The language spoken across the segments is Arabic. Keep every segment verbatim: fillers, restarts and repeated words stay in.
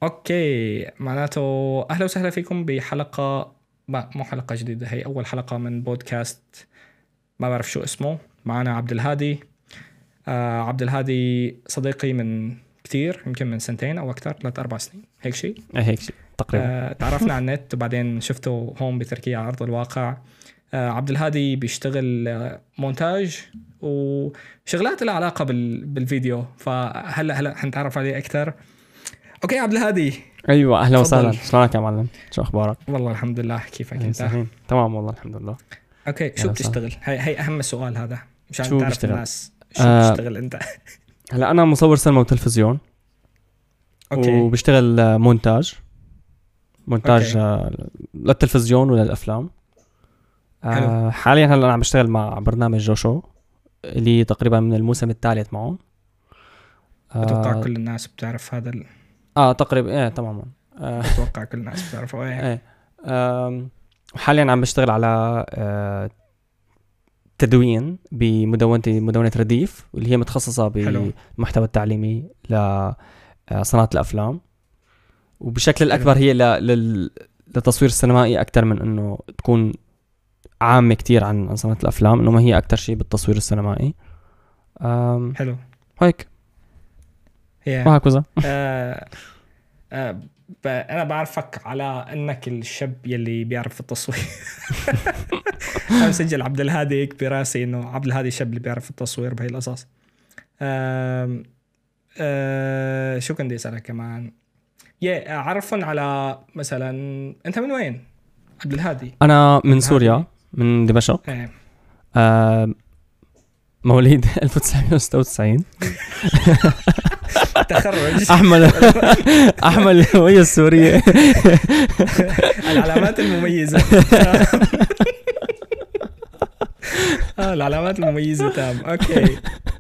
اوكي، معناته اهلا وسهلا فيكم بحلقة، ما مو حلقة جديدة، هي اول حلقة من بودكاست ما بعرف شو اسمه. معنا عبد الهادي. آه عبد الهادي صديقي من كتير، يمكن من سنتين او اكثر، ثلاث اربع سنين هيك شيء. ايه هيك شيء تقريبا. آه تعرفنا على النت وبعدين شفته هون بتركيا على ارض الواقع. آه عبد الهادي بيشتغل آه مونتاج وشغلات لها علاقة بال بالفيديو، فهلا هلا حنتعرف عليه اكثر. اوكي عبد الهادي. ايوه اهلا تفضل. وسهلا، شلونك يا معلم؟ شو اخبارك؟ والله الحمد لله، كيفك أهلاً انت؟ وسهلاً. تمام والله الحمد لله. اوكي، شو أهلاً بتشتغل؟ هي هي اهم سؤال هذا مشان شو تعرف بشتغل؟ الناس شو آه بتشتغل انت. هلا انا مصور سينما وتلفزيون. اوكي وبشتغل آه، مونتاج مونتاج أوكي. آه، للتلفزيون وللافلام. حلو. آه حاليا هلا انا عم بشتغل مع برنامج جوشو اللي تقريبا من الموسم الثالث معهم. اتوقع آه, كل الناس بتعرف هذا ال... اه تقريبا ايه تماما. آه اتوقع كل الناس بتعرفه. ايه ايه آه حاليا عم بشتغل على آه تدوين بمدونتي مدونة رديف، واللي هي متخصصة حلو. بالمحتوى التعليمي لصناعة الأفلام، وبشكل حلو. الأكبر هي ل- لل- للتصوير السينمائي أكتر من أنه تكون عامة كتير عن عن صناعة الأفلام، إنه ما هي أكتر شيء بالتصوير السينمائي. أم حلو. هيك هي وهكذا. آه آه ب... انا بعرفك على انك الشاب يلي بيعرف التصوير. انا مسجل عبد الهادي هيك براسي انه عبد الهادي الشاب اللي بيعرف التصوير بهي القصص. آه آه شو كنت اسالك كمان؟ يا عرفن على مثلا، انت من وين عبد الهادي؟ أنا من عبد سوريا، الهادي. من دمشق. ايه أم مواليد ألف وتسعمية وستة وتسعين. تخرج. أحمل أحمل الهوية السورية. العلامات المميزة. آه العلامات المميزة تام. اوكي.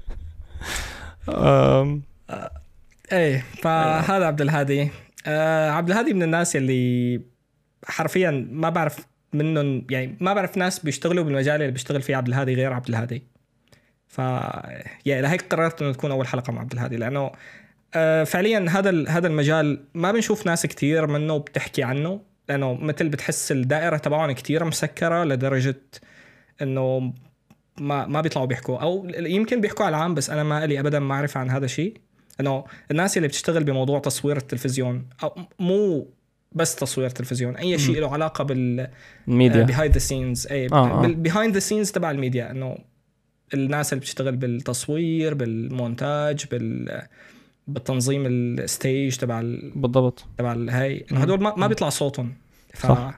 أم ايه فهذا عبد الهادي. آه عبد الهادي من الناس اللي حرفيا ما بعرف منهم، يعني ما بعرف ناس بيشتغلوا بالمجال اللي بيشتغل فيه عبد الهادي غير عبد الهادي. ف يعني لهيك قررت انه تكون اول حلقة مع عبد الهادي، لانه آه فعليا هذا ال- هذا المجال ما بنشوف ناس كتير منه بتحكي عنه، لانه مثل بتحس الدائرة تبعهم كتير مسكرة لدرجة انه ما ما بيطلعوا بيحكوا، او يمكن بيحكوا على العام، بس انا ما لي ابدا معرفة عن هذا الشيء. انه الناس اللي بتشتغل بموضوع تصوير التلفزيون، او مو بس تصوير تلفزيون، اي شيء له علاقه بال ميديا. بيهايند ذا سينز، اي آه، آه. بيهايند ذا سينز تبع الميديا، انه الناس اللي بتشتغل بالتصوير بالمونتاج بال بالتنظيم الستيج تبع ال... بالضبط. تبع ال- هاي انه هدول ما, ما بيطلع صوتهم. ف صح.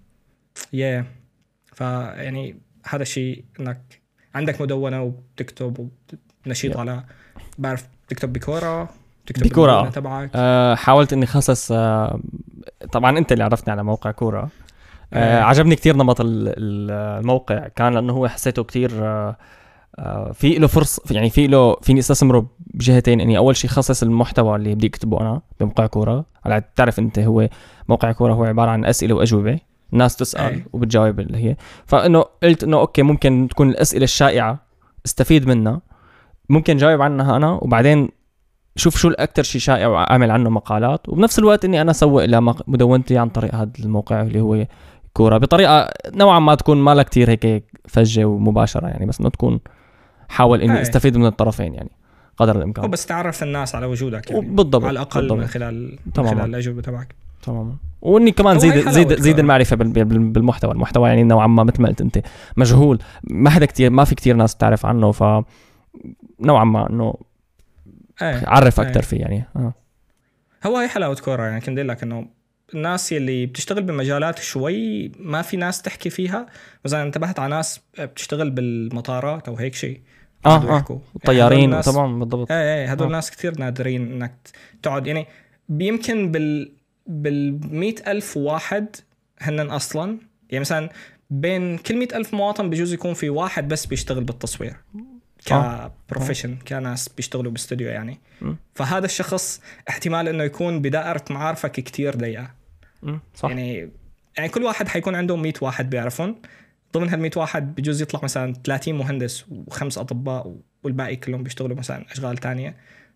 يا ف يعني هذا الشيء انك عندك مدونه وبتكتب ونشيط يب. على، بعرف تكتب بكورة، تكتب بكورة. بالمدونة تبعك. أه حاولت اني خصص. أه طبعا انت اللي عرفتني على موقع كورة. أه آه. عجبني كتير نمط ال- ال- الموقع، كان لانه هو حسيته كتير أه أه في له فرصة، يعني في له فيني استثمره بجهتين. اني اول شيء خصص المحتوى اللي بدي اكتبه انا بموقع كورة. على تعرف انت هو موقع كورة هو عبارة عن اسئلة واجوبة، الناس تسأل أي. وبتجاوب اللي هي. فانه قلت انه اوكي ممكن تكون الاسئلة الشائعة استفيد منها، ممكن جاوب عنها انا، وبعدين شوف شو الأكتر شيء شائع وأعمل عنه مقالات، وبنفس الوقت إني أنا أسوق إلى مق- مدونتي عن طريق هذا الموقع اللي هو كورة، بطريقة نوعا ما تكون ما لها كتير هيك فجة ومباشرة، يعني بس إنه تكون حاول إني أي. استفيد من الطرفين يعني قدر هو الإمكان. بس تعرف الناس على وجودك يعني، بالضبط على الأقل من بالضبط. خلال من تماماً. خلال الأجوبة تبعك. تماما. وإني كمان هو زيد هاي حلاوة زيد زيد كورة. المعرفة بال- بال- بالمحتوى. المحتوى يعني نوعا ما مثل ما قلت أنت مجهول، ما حدا كتير، ما في كتير ناس تعرف عنه، ف نوعا ما إنه أي. عرف أي. أكتر فيه يعني. آه. هو هاي حلاوة كورة، يعني كنت لك إنه الناس اللي بتشتغل بمجالات شوي ما في ناس تحكي فيها، مثلا انتبهت على ناس بتشتغل بالمطارات أو هيك شيء قعدوا آه يحكوا. آه يعني طيارين هدول الناس- طبعا بالضبط. ايه ايه هدول آه. ناس كتير نادرين انك تقعد، يعني بيمكن بال بالمئة ألف واحد هنن أصلا، يعني مثلا بين كل مئة ألف مواطن بجوز يكون في واحد بس بيشتغل بالتصوير آه. كبروفيشن، كناس بيشتغلوا باستوديو يعني. م. فهذا الشخص احتمال انه يكون بدائرة معارفك كتير ضيقة. م. صح. يعني يعني كل واحد حيكون عنده مئة واحد بيعرفون، ضمن هال مئة واحد بجوز يطلع مثلا ثلاثين مهندس وخمس أطباء والباقي كلهم بيشتغلوا مثلا أشغال تانية.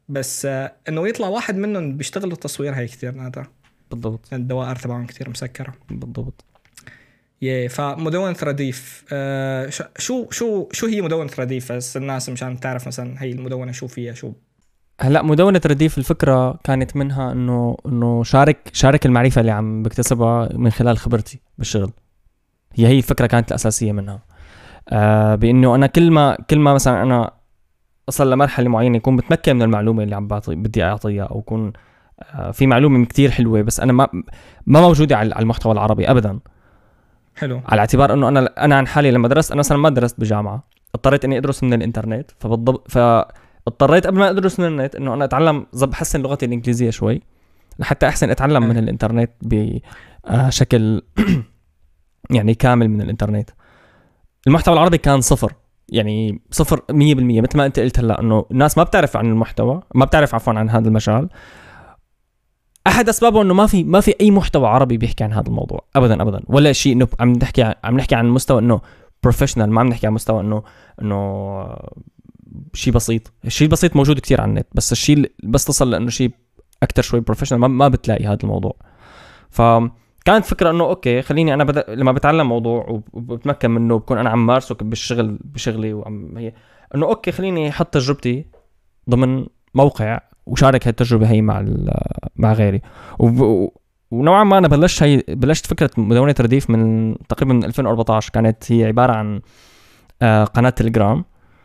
بس آه انه يطلع واحد منهم بيشتغل التصوير هي كتير نادر. بالضبط. الدوائر تبعهم كتير مسكرة. بالضبط. يه فمدونة رديف آه شو شو شو هي مدونة رديف بس الناس مشان تعرف مثلا هي المدونة شو فيها شو. هلا مدونة رديف الفكرة كانت منها انه انه شارك شارك المعرفة اللي عم بكتسبها من خلال خبرتي بالشغل. هي هي الفكرة كانت الأساسية منها. آه بانه انا كل ما كل ما مثلا انا اصل لمرحلة معينة يكون متمكن من المعلومة اللي عم بعطي بدي اعطيها او يكون آه في معلومة كتير حلوة بس انا ما ما موجودة على المحتوى العربي ابدا. حلو. على اعتبار انه انا انا عن حالي لما درست انا مثلا ما درست بجامعة اضطريت اني ادرس من الانترنت فبالضبط فاضطريت قبل ما ادرس من النت انه انا اتعلم زب حسن لغتي الانجليزية شوي لحتى احسن اتعلم من الانترنت بشكل يعني كامل من الانترنت. المحتوى العربي كان صفر يعني صفر مية بالمية مثل ما انت قلت هلا انه الناس ما بتعرف عن المحتوى ما بتعرف عفوا عن هذا المجال. احد اسبابه انه ما في ما في اي محتوى عربي بيحكي عن هذا الموضوع ابدا ابدا ولا شيء. انه عم نحكي عن عم نحكي عن مستوى انه بروفيشنال ما عم نحكي عن مستوى انه انه شيء بسيط. الشيء البسيط موجود كتير على النت بس الشيء بس تصل لانه شيء اكثر شوي بروفيشنال ما, ما بتلاقي هذا الموضوع. فكانت فكره انه اوكي خليني انا بدأ لما بتعلم موضوع وبتمكن منه بكون انا عم مارسه بالشغل بشغلي وعم هي انه اوكي خليني احط تجربتي ضمن موقع وشارك هالتجربه هي مع مع غيري. ونوعا ما انا بلشت هي بلشت فكره مدونه رديف من تقريبا من ألفين وأربعتاشر. كانت هي عباره عن قناه تليجرام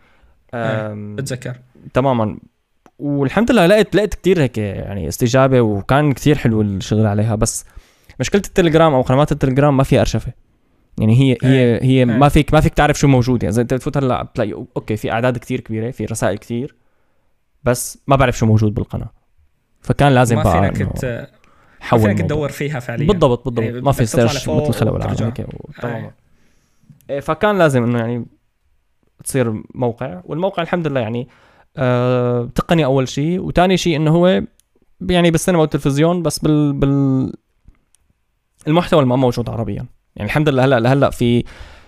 بتذكر تماما. والحمد لله لقيت لقيت كتير هيك يعني استجابه وكان كتير حلو الشغل عليها. بس مشكله التليجرام او قنوات التليجرام ما فيها ارشفه يعني هي هي هي ما فيك ما فيك تعرف شو موجود. يعني زي انت بتفوت هلا بتلاقي اوكي في اعداد كتير كبيره في رسائل كتير بس ما بعرف شو موجود بالقناه. فكان لازم بقى ما فينك حول فينك تدور فيها فعليا. بالضبط بالضبط يعني ما في سيرش مثل خلق العالم هيك تماما. فكان لازم انه يعني تصير موقع. والموقع الحمد لله يعني آه تقني اول شيء وثاني شيء انه هو يعني بالسينما والتلفزيون بس بال بال المحتوى اللي ما موجود عربيا. يعني الحمد لله هلا هلا في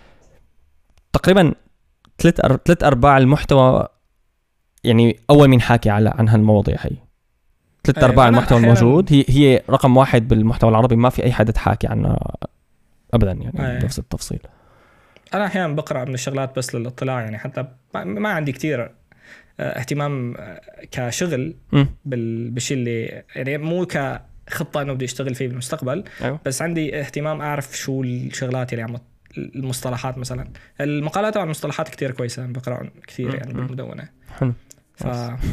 تقريبا ثلاث أر... ثلاث ارباع المحتوى يعني اول مين حاكي على عن هالمواضيع هي ثلاث ارباع المحتوى الموجود هي هي رقم واحد بالمحتوى العربي ما في اي حد حاكي عنه ابدا يعني بنفس التفصيل. انا احيانا بقرا من الشغلات بس للاطلاع يعني حتى ما عندي كتير اهتمام كشغل بالشيء اللي يعني مو كخطه انه بدي اشتغل فيه بالمستقبل. أيوة. بس عندي اهتمام اعرف شو الشغلات اللي عم المصطلحات مثلا المقالات عن المصطلحات كتير كويسه بقرا كثير يعني بالمدونه. حلو. ف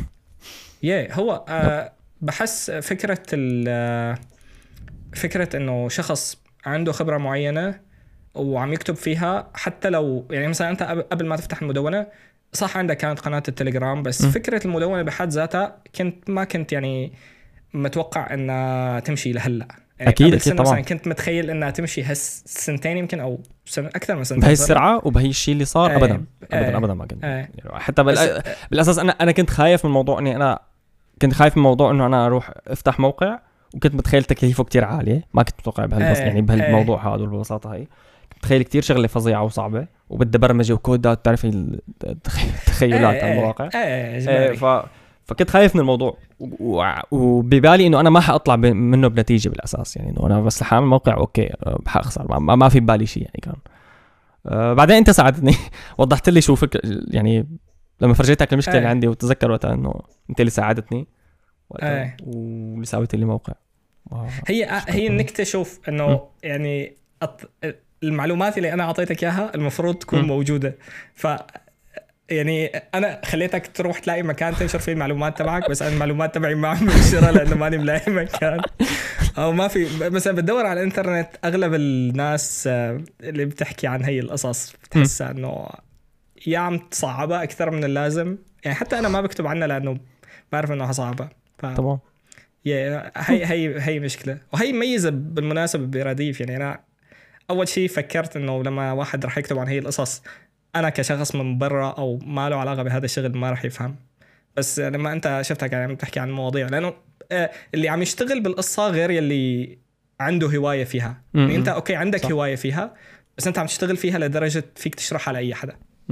يا هو أه بحس فكره ال فكره انه شخص عنده خبره معينه وعم يكتب فيها حتى لو يعني مثلا انت قبل ما تفتح المدونه صح عندك كانت قناه التليجرام بس م. فكره المدونه بحد ذاتها كنت ما كنت يعني متوقع انها تمشي لهلا. يعني اكيد اكيد طبعا كنت متخيل انها تمشي هس سنتين يمكن او سنة اكثر من سنتين بهي السرعه وبهي الشيء اللي صار. آه ابدا ابدا آه ابدا ما كنت آه يعني حتى بال... بالاساس انا انا كنت خايف من الموضوع اني انا كنت خايف من الموضوع انه انا اروح افتح موقع وكنت متخيل تكلفه كتير عاليه ما كنت متوقع بهالبس آه يعني بهالموضوع آه هذا بالبساطه هي كنت متخيل كتير شغله فظيعه وصعبه وبدي برمجه وكودات بتعرفي التخيلات على المواقع. آه آه ف فكنت خايف من الموضوع وببالي انه انا ما حاطلع منه بنتيجه بالاساس. يعني انه انا بس حاعمل موقع اوكي حاخسر ما, ما في ببالي شيء يعني كان. آه بعدين انت ساعدتني وضحت لي شو فكر يعني لما فرجيتك المشكله اللي عندي وتذكر وقتها انه انت اللي ساعدتني وقتها واللي سويت لي موقع. هي هي النكته شوف انه يعني المعلومات اللي انا اعطيتك اياها المفروض تكون م. موجوده. ف يعني انا خليتك تروح تلاقي مكان تنشر فيه المعلومات تبعك بس انا المعلومات تبعي ما عم بنشرها لانه ماني ملاقي مكان او ما في. مثلا بتدور على الانترنت اغلب الناس اللي بتحكي عن هي القصص بتحس انه يا عم تصعبها اكثر من اللازم. يعني حتى انا ما بكتب عنها لانه بعرف انه صعبه. طبعا هي هي هي مشكله. وهي ميزه بالمناسبه برديف. يعني انا اول شيء فكرت انه لما واحد راح يكتب عن هي القصص انا كشخص من برا او ما له علاقه بهذا الشغل ما راح يفهم. بس لما انت شفتك يعني بتحكي عن مواضيع لانه اللي عم يشتغل بالقصه غير يلي عنده هوايه فيها. يعني انت اوكي عندك صح. هوايه فيها بس انت عم تشتغل فيها لدرجه فيك تشرحها لاي حدا.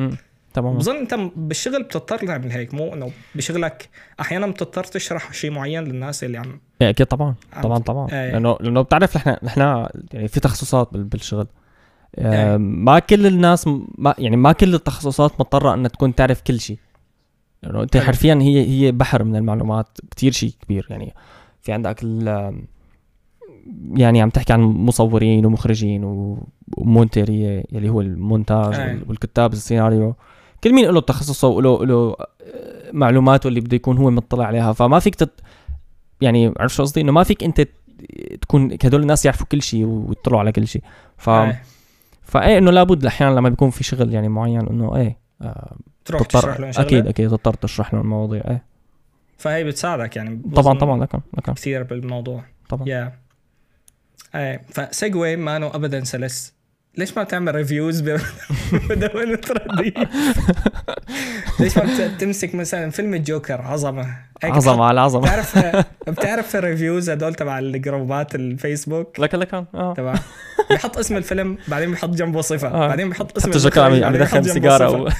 تمام. بظن انت بالشغل بتضطر تعمل هيك، مو انه بشغلك احيانا بتضطر تشرح شيء معين للناس اللي عم ايه اكيد طبعا طبعا طبعا ايه. لانه لانه بتعرف نحن نحن يعني في تخصصات بالشغل، ايه. ما كل الناس ما يعني ما كل التخصصات مضطره ان تكون تعرف كل شيء، لانه يعني انت حرفيا هي هي بحر من المعلومات كتير شيء كبير. يعني في عندك يعني عم تحكي عن مصورين ومخرجين ومونتيريه اللي هو المونتاج ايه. والكتاب السيناريو، كل مين له تخصصه وله له معلوماته اللي بده يكون هو مطلع عليها. فما فيك تت يعني عرفت شو قصدي، انه ما فيك انت تكون هدول الناس يعرفوا كل شيء ويطلعوا على كل شيء. ف ايه. فايه انه لابد احيانا لما بيكون في شغل يعني معين انه ايه آه تروح تشرح لهم شغله. اكيد اكيد تضطر تشرح لهم المواضيع. ايه فهي بتساعدك يعني طبعا طبعا لكن لكن كثير بالموضوع طبعا. يا yeah. ايه فسيجوي ما انه ابدا سلس. ليش ما بتعمل ريفيوز بدون تردي؟ ليش ما بتمسك مثلا فيلم الجوكر عظمه عظمه على عظمه؟ بتعرف بتعرف الريفيوز هدول تبع الجروبات الفيسبوك لكن لكن اه تمام، بيحط اسم الفيلم بعدين بيحط جنبه صفه آه. بعدين بيحط اسم الجوكر عم يدخن سيجاره و...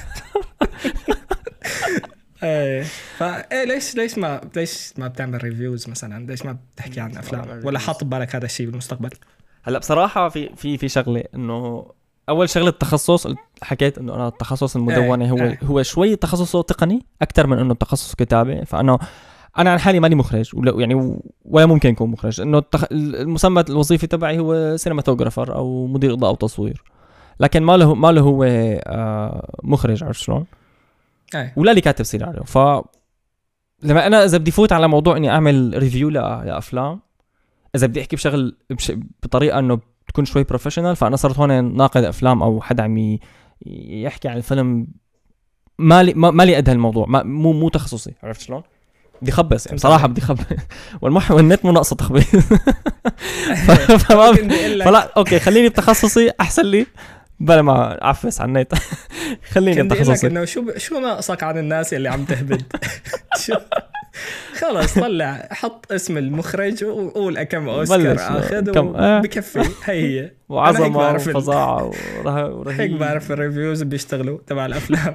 ايه فايه ليش ليش ما ليش ما بتعمل ريفيوز مثلا؟ ليش ما بتحكي عن افلام ولا حاط ببالك هذا الشيء بالمستقبل؟ هلا بصراحه في في في شغله انه اول شغله التخصص حكيت انه انا التخصص المدونه هو ايه. هو شوي تخصصه تقني اكثر من انه تخصص كتابه. فانا انا عن حالي ماني مخرج ولا يعني ولا ممكن اكون مخرج، انه التخ... المسمى الوظيفي تبعي هو سينماتوجرافر او مدير اضاءه وتصوير، لكن ما له ما له هو آه مخرج. عرفت شلون؟ ايه. ولا لي كاتب سيناريو. ف لما انا اذا بدي فوت على موضوع اني اعمل ريفيو لافلام، اذا بدي احكي بشغل بش... بطريقه انه تكون شوي بروفيشنال، فانا صرت هون ناقد افلام او حدا عم ي... يحكي عن الفيلم مالي مالي قد هالموضوع، ما مو مو تخصصي. عرفت شلون؟ بدي خبص يعني بصراحه بدي خبص والمح والنت مو ناقصه تخبيص. فما فلا اوكي خليني بتخصصي احسن لي بلا ما اعفس على النت. خليني بتخصصي. انه شو شو ناقصك عن الناس اللي عم تهبد؟ خلاص طلع حط اسم المخرج وقول كم اوسكار اخذ وبكفي. هي وعظمه وفظاعه ورهيب. هيك بعرف الريفيوز بيشتغلوا تبع الافلام.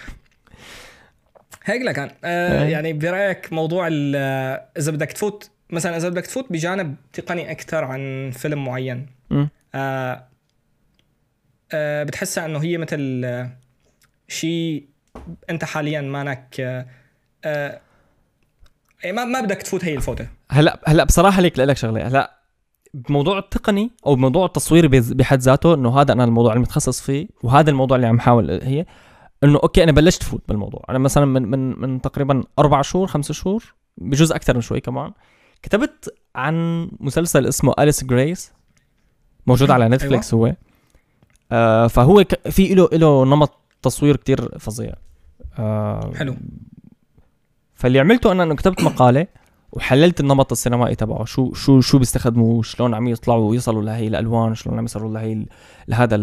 هيك لكن آه يعني برايك موضوع اذا بدك تفوت مثلا اذا بدك تفوت بجانب تقني اكثر عن فيلم معين آه آه بتحسها انه هي مثل آه شيء انت حاليا مانك آه آه ما ما بدك تفوت هي الفوتة؟ هلا هلا بصراحه ليك لك شغله. هلا بموضوع التقني او بموضوع التصوير بحد ذاته، انه هذا انا الموضوع اللي متخصص فيه وهذا الموضوع اللي عم حاول هي انه اوكي انا بلشت فوت بالموضوع. انا مثلا من من من تقريبا اربع شهور خمس شهور بجوز اكثر من شوي كمان كتبت عن مسلسل اسمه أليس جريس موجود على نتفليكس. أيوة. هو آه فهو ك... في له له نمط تصوير كتير فظيع. آه حلو. فاللي عملته انا انه كتبت مقاله وحللت النمط السينمائي تبعه، شو شو شو بيستخدموا، شلون عم يطلعوا ويصلوا لهي الالوان، شلون عم يصلوا لهي لهذا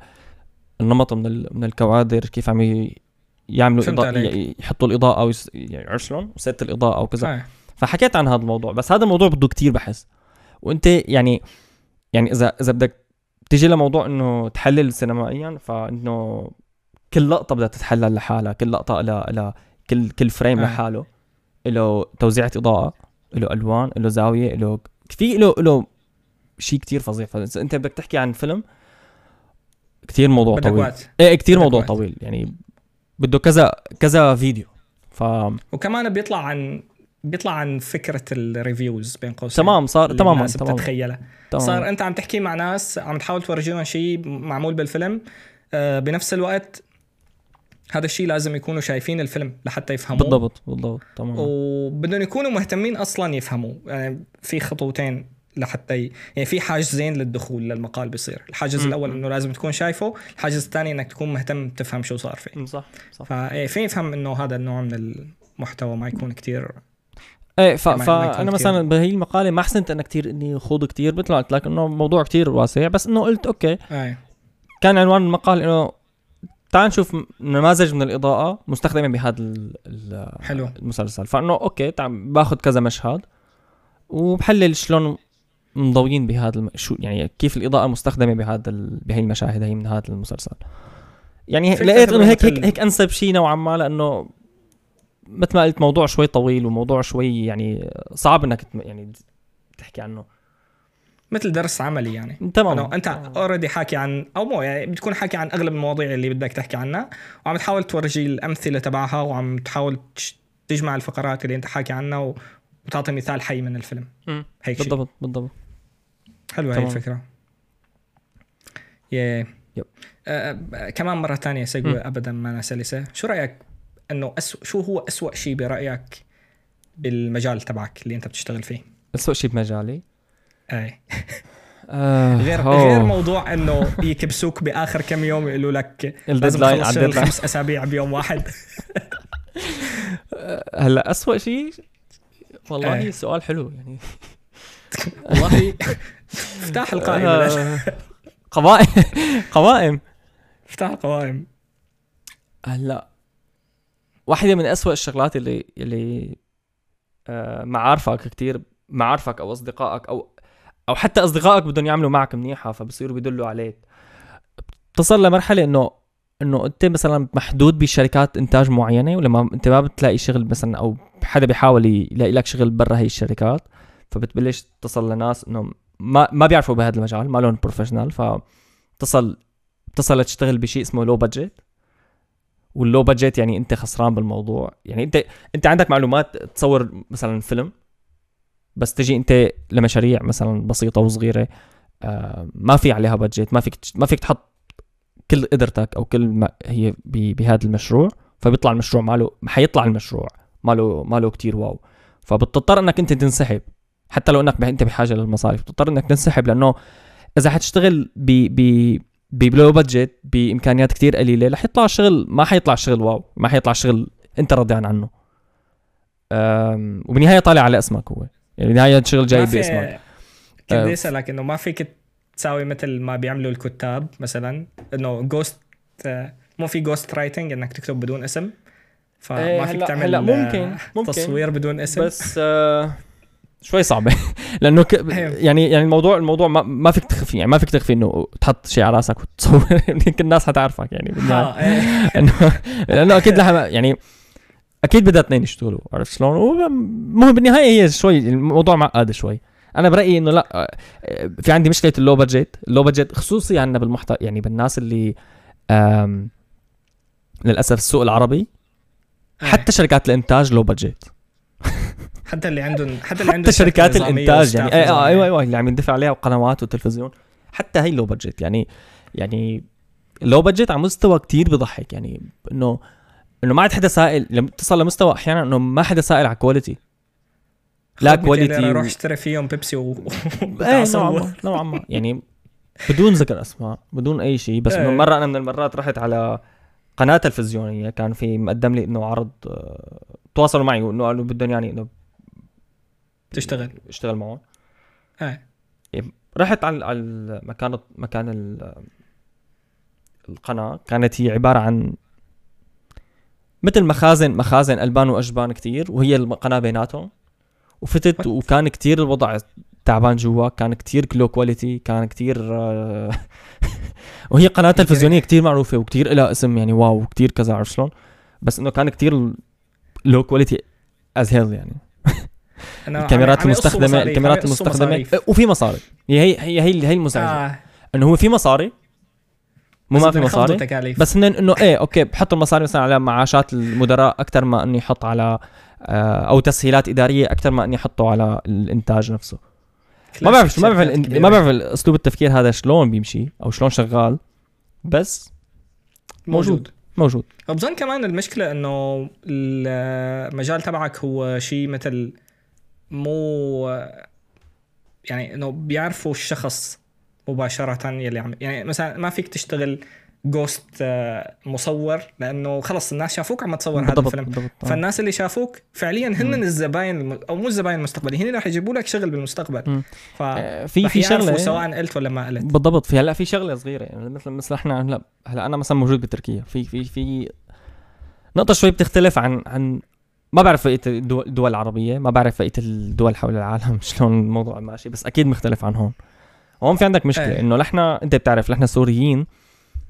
النمط من من الكوادر، كيف عم يعملوا اضاءه يحطوا الاضاءه ويس... يعني عرفت شلون وسيت الاضاءه او كذا. آه. فحكيت عن هذا الموضوع. بس هذا الموضوع بده كتير بحث، وانت يعني يعني اذا اذا بدك تيجي لموضوع انه تحلل سينمائيا، فانه كل لقطه بدها تتحلل لحالها، كل لقطه لها لها كل كل فريم آه. لحاله، له توزيعة إضاءة، له ألوان، له زاوية، له في له له شيء كتير فظيع. فأنت بدك تحكي عن فيلم كتير موضوع طويل. إيه كتير موضوع وقت. طويل يعني بده كذا كذا فيديو. ف وكمان بيطلع عن بيطلع عن فكرة الريفيوز بين قوسين. تمام صار تماما تمام تتخيلها. صار أنت عم تحكي مع ناس عم تحاول تورجيهم شيء معمول بالفيلم، آه بنفس الوقت هذا الشيء لازم يكونوا شايفين الفيلم لحتى يفهموه. بالضبط بالضبط تمام. وبدهم يكونوا مهتمين اصلا يفهموا. يعني في خطوتين لحتى ي... يعني في حاجزين للدخول للمقال بيصير. الحاجز م- الاول انه لازم تكون شايفه، الحاجز الثاني انك تكون مهتم تفهم شو صار فيه. صح صح. ففي يفهم انه هذا النوع من المحتوى ما يكون كتير ايه ف... فانا مثلا بهي المقاله ما حسنت انا كتير اني خوض كتير، مثل ما قلت لك انه موضوع كتير واسع، بس انه قلت اوكي أي. كان عنوان المقال انه تعال نشوف نماذج من الإضاءة مستخدمة بهذا المسلسل. فإنه أوكي تعال باخد كذا مشهد وبحلل شلون مضوين بهذا الم... شو يعني كيف الإضاءة مستخدمة بهذا ال... بهي المشاهد هي من هذا المسلسل. يعني فكرة لقيت انه هيك مثل- هيك هيك انسب شيء نوعا ما، لانه مثل ما قلت موضوع شوي طويل وموضوع شوي يعني صعب انك تم- يعني تحكي عنه. مثل درس عملي يعني. تمام. انه انت اوريدي حاكي عن او مو يعني بتكون حاكي عن اغلب المواضيع اللي بدك تحكي عنها، وعم تحاول تورجي الامثله تبعها، وعم تحاول تش- تجمع الفقرات اللي انت حاكي عنها و- وتعطي مثال حي من الفيلم. مم. هيك شيء بالضبط بالضبط. حلوه هي تمام. الفكره. يه. يب. آه آه، كمان مره تانية سجوة ابدا ما أنا سلسه. شو رايك انه أسو... شو هو أسوأ شيء برايك بالمجال تبعك اللي انت بتشتغل فيه؟ أسوأ شيء بمجالي اي آه غير أوه. غير موضوع انه يكبسوك باخر كم يوم يقولوا لك لازم الديدلاين تخلص على شغل الديدلاين. خمس اسابيع بيوم واحد. هلا أسوأ شيء والله إيه. سؤال حلو يعني. والله افتح القائمه بلاش. آه، قوائم قوائم افتح القوائم. هلا واحدة من أسوأ الشغلات اللي اللي آه معارفك كتير، معارفك أو أصدقائك أو أو حتى أصدقائك بدهم يعملوا معك منيحة فبصيروا بيدلوا عليك. تصل لمرحلة إنه إنه أنت مثلا محدود بشركات إنتاج معينة، ولما أنت ما بتلاقي شغل مثلا أو حدا بيحاول يلاقي لك شغل برا هاي الشركات، فبتبلش تصل لناس إنه ما ما بيعرفوا بهذا المجال، ما لهم بروفيشنال، فتصل تصل تشتغل بشيء اسمه لو بادجت. واللو بادجت يعني انت خسران بالموضوع. يعني انت انت عندك معلومات تصور مثلا فيلم، بس تجي انت لمشاريع مثلا بسيطه وصغيره آه ما في عليها بادجت، ما فيك ما فيك تحط كل قدرتك او كل ما هي بهذا المشروع، فبيطلع المشروع ماله حيطلع المشروع ماله ماله كتير واو، فبتضطر انك انت تنسحب حتى لو انك انت بحاجه للمصاريف، بتضطر انك تنسحب لانه اذا حتشتغل ب ب بلو بادجت بامكانيات كتير قليله رح يطلع الشغل ما حيطلع الشغل واو، ما حيطلع الشغل انت راضي عنه. وبالنهايه طالع على اسمك هو، يعني بالنهايه الشغل جاي باسمك. كنت بدي اسالك انه ما فيك تساوي مثل ما بيعملوا الكتاب مثلا، انه جوست مو في جوست رايتنج انك تكتب بدون اسم، فما فيك تعمل هلا ممكن ممكن تصوير بدون اسم، بس آه شوي صعبه لانه ك... يعني يعني الموضوع الموضوع ما, ما فيك تخفي، يعني ما فيك تخفي انه تحط شيء على راسك وتصور يمكن الناس حتعرفك يعني انه لانه اكيد لها يعني اكيد بدها اثنين يشتغلوا، عرفت شلون؟ المهم بالنهايه هي شوي الموضوع معقد شوي. انا برايي انه لا، في عندي مشكله اللو بادجت، اللو بادجت خصوصي عندنا بالمحتوى يعني بالناس اللي للاسف السوق العربي حتى شركات الانتاج لو بادجت، حتى اللي عندهم حتى اللي حتى شركات الانتاج يعني ايوه ايوه ايوه اللي عم يندفع عليها وقنوات وتلفزيون، حتى هي لو بادجت. يعني يعني لو بادجت على مستوى كتير بضحك، يعني انه انه ما عاد حدا سائل، لما تصل لمستوى احيانا انه ما حدا سائل على كواليتي، لا كواليتي اروح اشتري فيهم بيبسي و ايه نوعا ما نوعا ما يعني بدون ذكر اسماء بدون اي شيء. بس انه مره انا من المرات رحت على قناه تلفزيونيه كان في مقدم لي انه عرض، تواصلوا معي وانه قالوا بدهم يعني انه تشتغل اشتغل معهم. ايه رحت على على مكان مكان القناه، كانت هي عباره عن مثل مخازن مخازن البان واجبان كتير، وهي القناه بيناتهم، وفتت وكان كتير الوضع تعبان جوا، كان كتير لو كواليتي، كان كتير وهي قناه تلفزيونيه كتير معروفه وكتير لها اسم يعني واو كتير كذا، عرفت شلون؟ بس انه كان كتير لو كواليتي از هيل يعني. الكاميرات المستخدمه الكاميرات المستخدمه وفي مصاري، هي هي هي هي, هي المزعجه آه. انه هو في مصاري مو ما في مصاري، بس انه انه ايه اوكي بحط المصاري مثلا على معاشات المدراء اكثر ما اني احط على آه او تسهيلات اداريه اكثر ما اني احطه على الانتاج نفسه. ما بعرف ما بعرف ما بعرف اسلوب التفكير هذا شلون بيمشي او شلون شغال، بس موجود موجود. وبظن كمان المشكله انه المجال تبعك هو شيء مثل مو يعني انه بيعرفوا الشخص مباشره يلي عم يعني مثلا ما فيك تشتغل جوست مصور لانه خلص الناس شافوك عم تصور هذا الفيلم بالضبط. فالناس اللي شافوك فعليا هن الزباين الم... او مو الزباين المستقبلي، هن راح يجيبوا لك شغل بالمستقبل. ففي في شغله سواء قلت ولا ما قلت بالضبط. في هلا في شغله صغيره يعني مثل مثل احنا هلا هلا انا مثلا موجود بتركيا، في في في نقطه شوي بتختلف عن عن ما بعرف بقيه الدول, الدول العربيه، ما بعرف بقيه الدول حول العالم شلون الموضوع ماشي، بس اكيد مختلف عن هون. هون في عندك مشكله انه نحن انت بتعرف نحن سوريين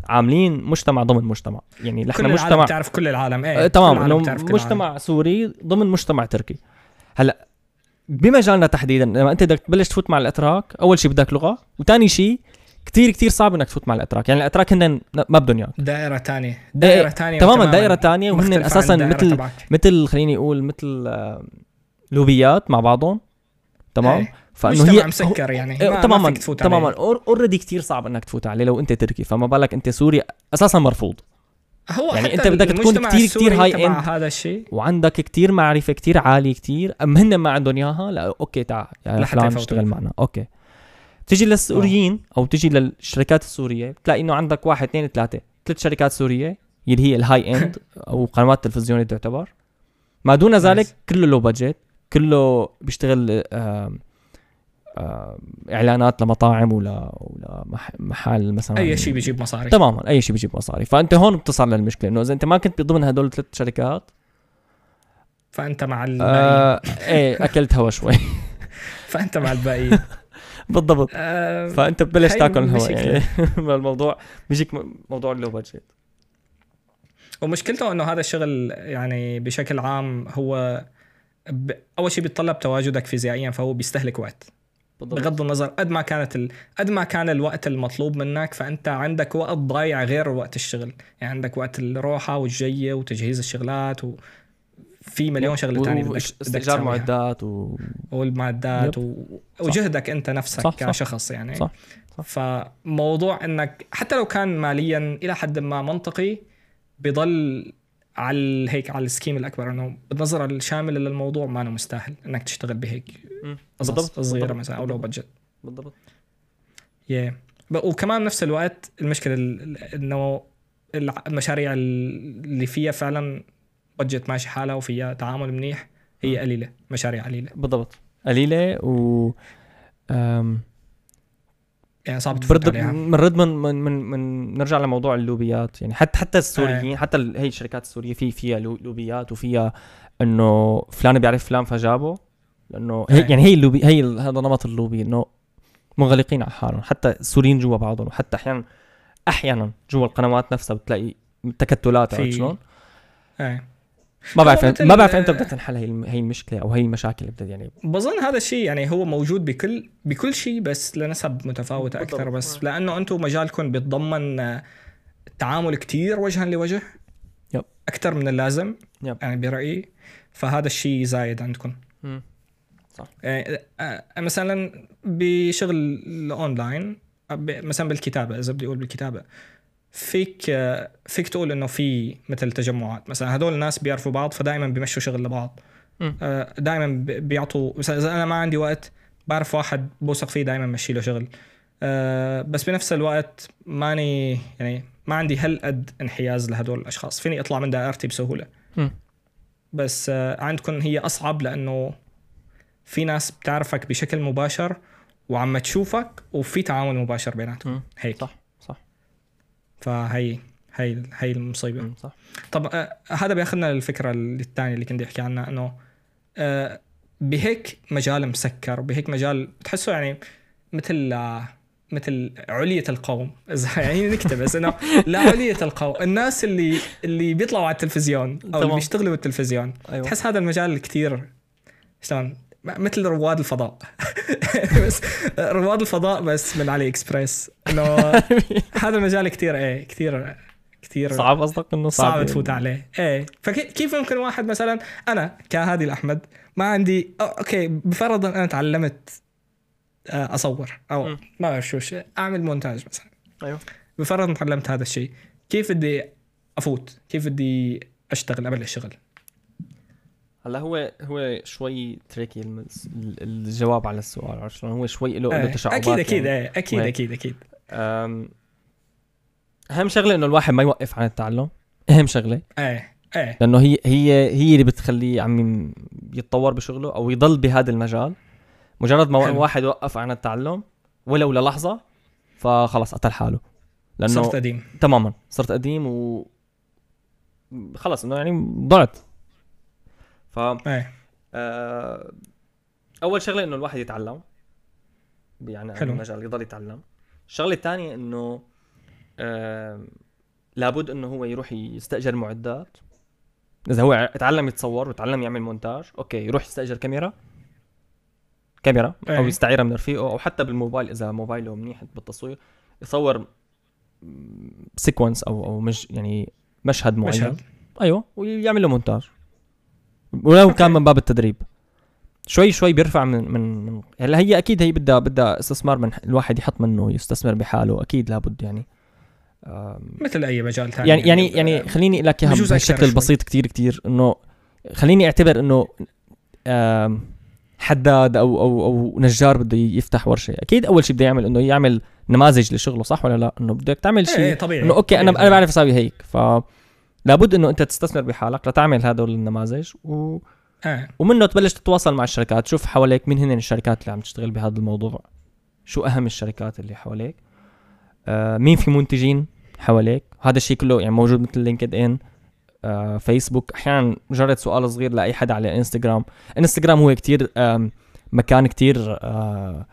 عاملين مجتمع ضمن مجتمع، يعني نحن مجتمع تعرف كل العالم ايه آه تمام انه مجتمع العالم. سوري ضمن مجتمع تركي. هلا بمجالنا تحديدا لما انت بدك تبلش تفوت مع الاتراك، اول شيء بدك لغه، وثاني شيء كتير كتير صعب انك تفوت مع الاتراك. يعني الاتراك هن ما بدهم اياك دائره ثانيه دائره ثانيه تماما دائره ثانيه، وهن اساسا مثل مثل خليني اقول مثل لوبيات مع بعضهم تمام ايه. فانه هي مسكر يعني ما تماما ما تفوت تماما اوريدي كتير صعب انك تفوت عليه لو انت تركي، فما بالك انت سوري اساسا مرفوض. هو يعني انت بدك تكون كتير كتير هاي اند هذا الشيء، وعندك كتير معرفه كتير عاليه كتير، ام هن ما عندهم اياها. لا اوكي تعال يا فلان اشتغل معنا. اوكي تيجي للسوريين او تيجي للشركات السوريه بتلاقي انه عندك واحد اثنين ثلاثه ثلاث شركات سوريه اللي هي الهاي اند او قنوات تلفزيونيه تعتبر. ما دون ذلك كله لو بادجت، كله بيشتغل آه آه اعلانات لمطاعم ولا ولا محل مثلا، اي شيء بيجيب مصاري تماما اي شيء بيجيب مصاري. فانت هون بتصل للمشكله انه اذا انت ما كنت بضمن هدول الثلاث شركات فانت مع الباقيين. آه ايه اكلت هوا شوي فانت مع الباقيين بالضبط. آه فانت ببلش تاكل الهوا يعني الموضوع بيجيك موضوع اللو بادجت. ومشكلته انه هذا الشغل يعني بشكل عام هو ب... اول شيء بيتطلب تواجدك فيزيائيا، فهو بيستهلك وقت بالضبط. بغض النظر قد ما كانت ال... قد ما كان الوقت المطلوب منك، فانت عندك وقت ضايع غير وقت الشغل. يعني عندك وقت الروحه والجيه وتجهيز الشغص وفي مليون شغله ثانيه بدك استئجار معدات و... والمعدات و... وجهدك انت نفسك صح كشخص صح. يعني صح. صح. فموضوع انك حتى لو كان ماليا الى حد ما منطقي بيضل على هيك على السكيم الاكبر، انه بالنظره الشامله للموضوع ما انه مستاهل انك تشتغل بهيك قصص صغيره مثلا او لو بادجت بالضبط. يا yeah. وكمان نفس الوقت المشكله انه المشاريع اللي فيها فعلا بادجت ماشي حالها وفيها تعامل منيح هي قليله، مشاريع قليله بالضبط قليله و أم... يعني صعب تفوت عليها. بنرد من من من, من نرجع لموضوع اللوبيات. يعني حتى حتى السوريين آه. حتى هي الشركات السوريه في فيها لوبيات وفيها انه فلان بيعرف فلان فجابه، لانه آه. هي يعني هي اللوبي هي هذا نمط اللوبي انه منغلقين على حالهم. حتى السوريين جوا بعضهم، وحتى احيانا احيانا جوا القنوات نفسها بتلاقي تكتلات او شلون آه. ما بعرف ما بعرف امتى بدها تنحل هي هي المشكله او هي المشاكل اللي بدها. يعني بظن هذا الشيء يعني هو موجود بكل بكل شيء بس لنسب متفاوته اكثر، بس لانه انتم مجالكم بيتضمن تعامل كتير وجها لوجه يب. اكثر من اللازم يب. يعني برايي، فهذا الشيء زايد عندكم. امم صح. يعني مثلا بشغل الاونلاين مثلا بالكتابه، اذا بدي اقول بالكتابه فيك فيك تقول انه في مثل تجمعات مثلا هدول الناس بيعرفوا بعض فدائما بيمشوا شغل لبعض، دائما بيعطوا مثلا اذا انا ما عندي وقت بعرف واحد بوثق فيه دائما مشي له شغل، بس بنفس الوقت ماني يعني ما عندي هالقد انحياز لهدول الاشخاص، فيني اطلع من دائرتي بسهوله. م. بس عندكم هي اصعب لانه في ناس بتعرفك بشكل مباشر وعم تشوفك وفي تعامل مباشر بيناتهم هيك صح صح. فهي هي هي المصيبه. صح. طب آه هذا بياخذنا للفكره الثانيه اللي كنت احكي عنها، انه آه بهيك مجال مسكر بهيك مجال بتحسه يعني مثل آه مثل علية القوم يعني نكتب بس انه لا علية القوم الناس اللي اللي بيطلعوا على التلفزيون او اللي بيشتغلوا بالتلفزيون. أيوة. تحس هذا المجال كتير شلون مثل رواد الفضاء بس رواد الفضاء بس من علي اكسبريس، انه هذا المجال كتير ايه كتير كتير صعب. قصدك انه صعب, صعب تفوت عليه ايه. فكيف ممكن واحد مثلا انا كهادي الأحمد ما عندي اوكي بفرض انا تعلمت اصور او م. ما بعرف شو اعمل مونتاج مثلا. ايوه بفرض تعلمت هذا الشيء، كيف بدي افوت كيف بدي اشتغل قبل الشغل؟ هلا هو هو شوي تريكي الجواب على السؤال، عرفت شلون؟ هو شوي له له تشعبات. اكيد اكيد يعني. اكيد اكيد اكيد اهم شغله انه الواحد ما يوقف عن التعلم، اهم شغله ايه ايه لانه هي هي هي اللي بتخليه عم يتطور بشغله او يضل بهذا المجال. مجرد ما حلو. واحد يوقف عن التعلم ولو للحظه فخلص قتل حاله، لانه صرت قديم تماما صرت قديم و خلص انه يعني ضعت. ف ايه. آه... اول شغله انه الواحد يتعلم يعني عن المجال يضل يتعلم. الشغله الثانيه انه آه لابد انه هو يروح يستأجر معدات. اذا هو اتعلم يتصور وتعلم يعمل مونتاج، اوكي يروح يستأجر كاميرا كاميرا أي. او يستعيرها من رفيقه، او حتى بالموبايل اذا موبايله منيح بالتصوير يصور سيكونس او او مش يعني مشهد معين مشهد. ايوه ويعمل له مونتاج، ولو أوكي. كان من باب التدريب شوي شوي بيرفع من من, من هلا هي اكيد هي بدها بدها استثمار من الواحد يحط منه يستثمر بحاله اكيد لابد يعني مثل اي مجال ثاني يعني يعني يعني, يعني خليني اقول لك اياها بشكل بسيط كتير كتير انه خليني اعتبر انه حداد او او او نجار بده يفتح ورشه، اكيد اول شيء بده يعمل انه يعمل نماذج لشغله، صح ولا لا؟ انه بدك تعمل شيء ايه طبيعي انه اوكي طبيعي. انا انا بعرف اسوي هيك، ف لابد انه انت تستثمر بحالك لتعمل هذول النماذج و... آه. ومنه تبلش تتواصل مع الشركات، تشوف حواليك مين هن الشركات اللي عم تشتغل بهذا الموضوع، شو اهم الشركات اللي حواليك، آه مين في منتجين حواليك، هذا الشيء كله يعني موجود مثل لينكد ان، آه فيسبوك، احيانا مجرد سؤال صغير لاي حدا على انستغرام. انستغرام هو كتير مكان كتير آه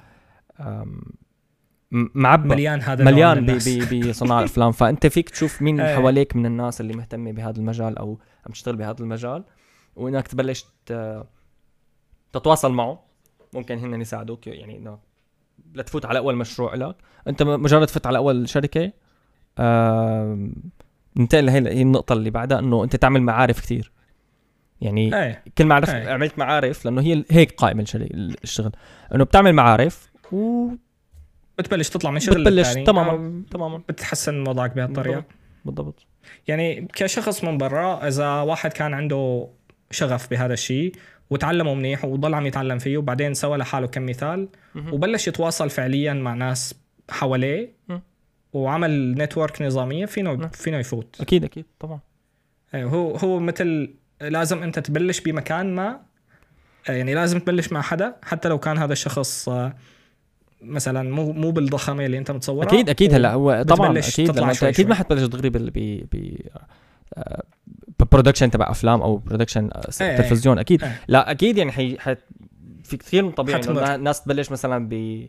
معبى مليان هذا مليان بصناع الافلام، فانت فيك تشوف مين حواليك من الناس اللي مهتمه بهذا المجال او عم تشتغل بهذا المجال، وانك تبلش تتواصل معه، ممكن هن يساعدوك يعني انه لا تفوت على اول مشروع لك، انت مجرد فت على اول شركه آه ننتقل هي النقطه اللي بعدها انه انت تعمل معارف كتير، يعني أي. كل ما عرفت أي. عملت معارف، لانه هي هيك قائمه الشغل انه بتعمل معارف و بتبلش تطلع من شغل بتبلش تماما تماما بتحسن وضعك بهالطريقه. بالضبط. يعني كشخص من برا اذا واحد كان عنده شغف بهذا الشيء وتعلمه منيح وضل عم يتعلم فيه وبعدين سوى لحاله كم مثال وبلش يتواصل فعليا مع ناس حواليه وعمل نتورك نظاميه فينه فينه يفوت. اكيد اكيد طبعا. هو هو مثل لازم انت تبلش بمكان ما، يعني لازم تبلش مع حدا حتى لو كان هذا الشخص مثلا مو مو بالضخامه اللي انت متصورها. اكيد اكيد هلا هو طبعا اكيد لما شوي اكيد شوي. ما حتبلش دغري بال ب ب برودكشن تبع افلام او برودكشن تلفزيون ايه اكيد ايه. لا اكيد يعني حي حت في كثير من طبيعي انه الناس تبلش مثلا ب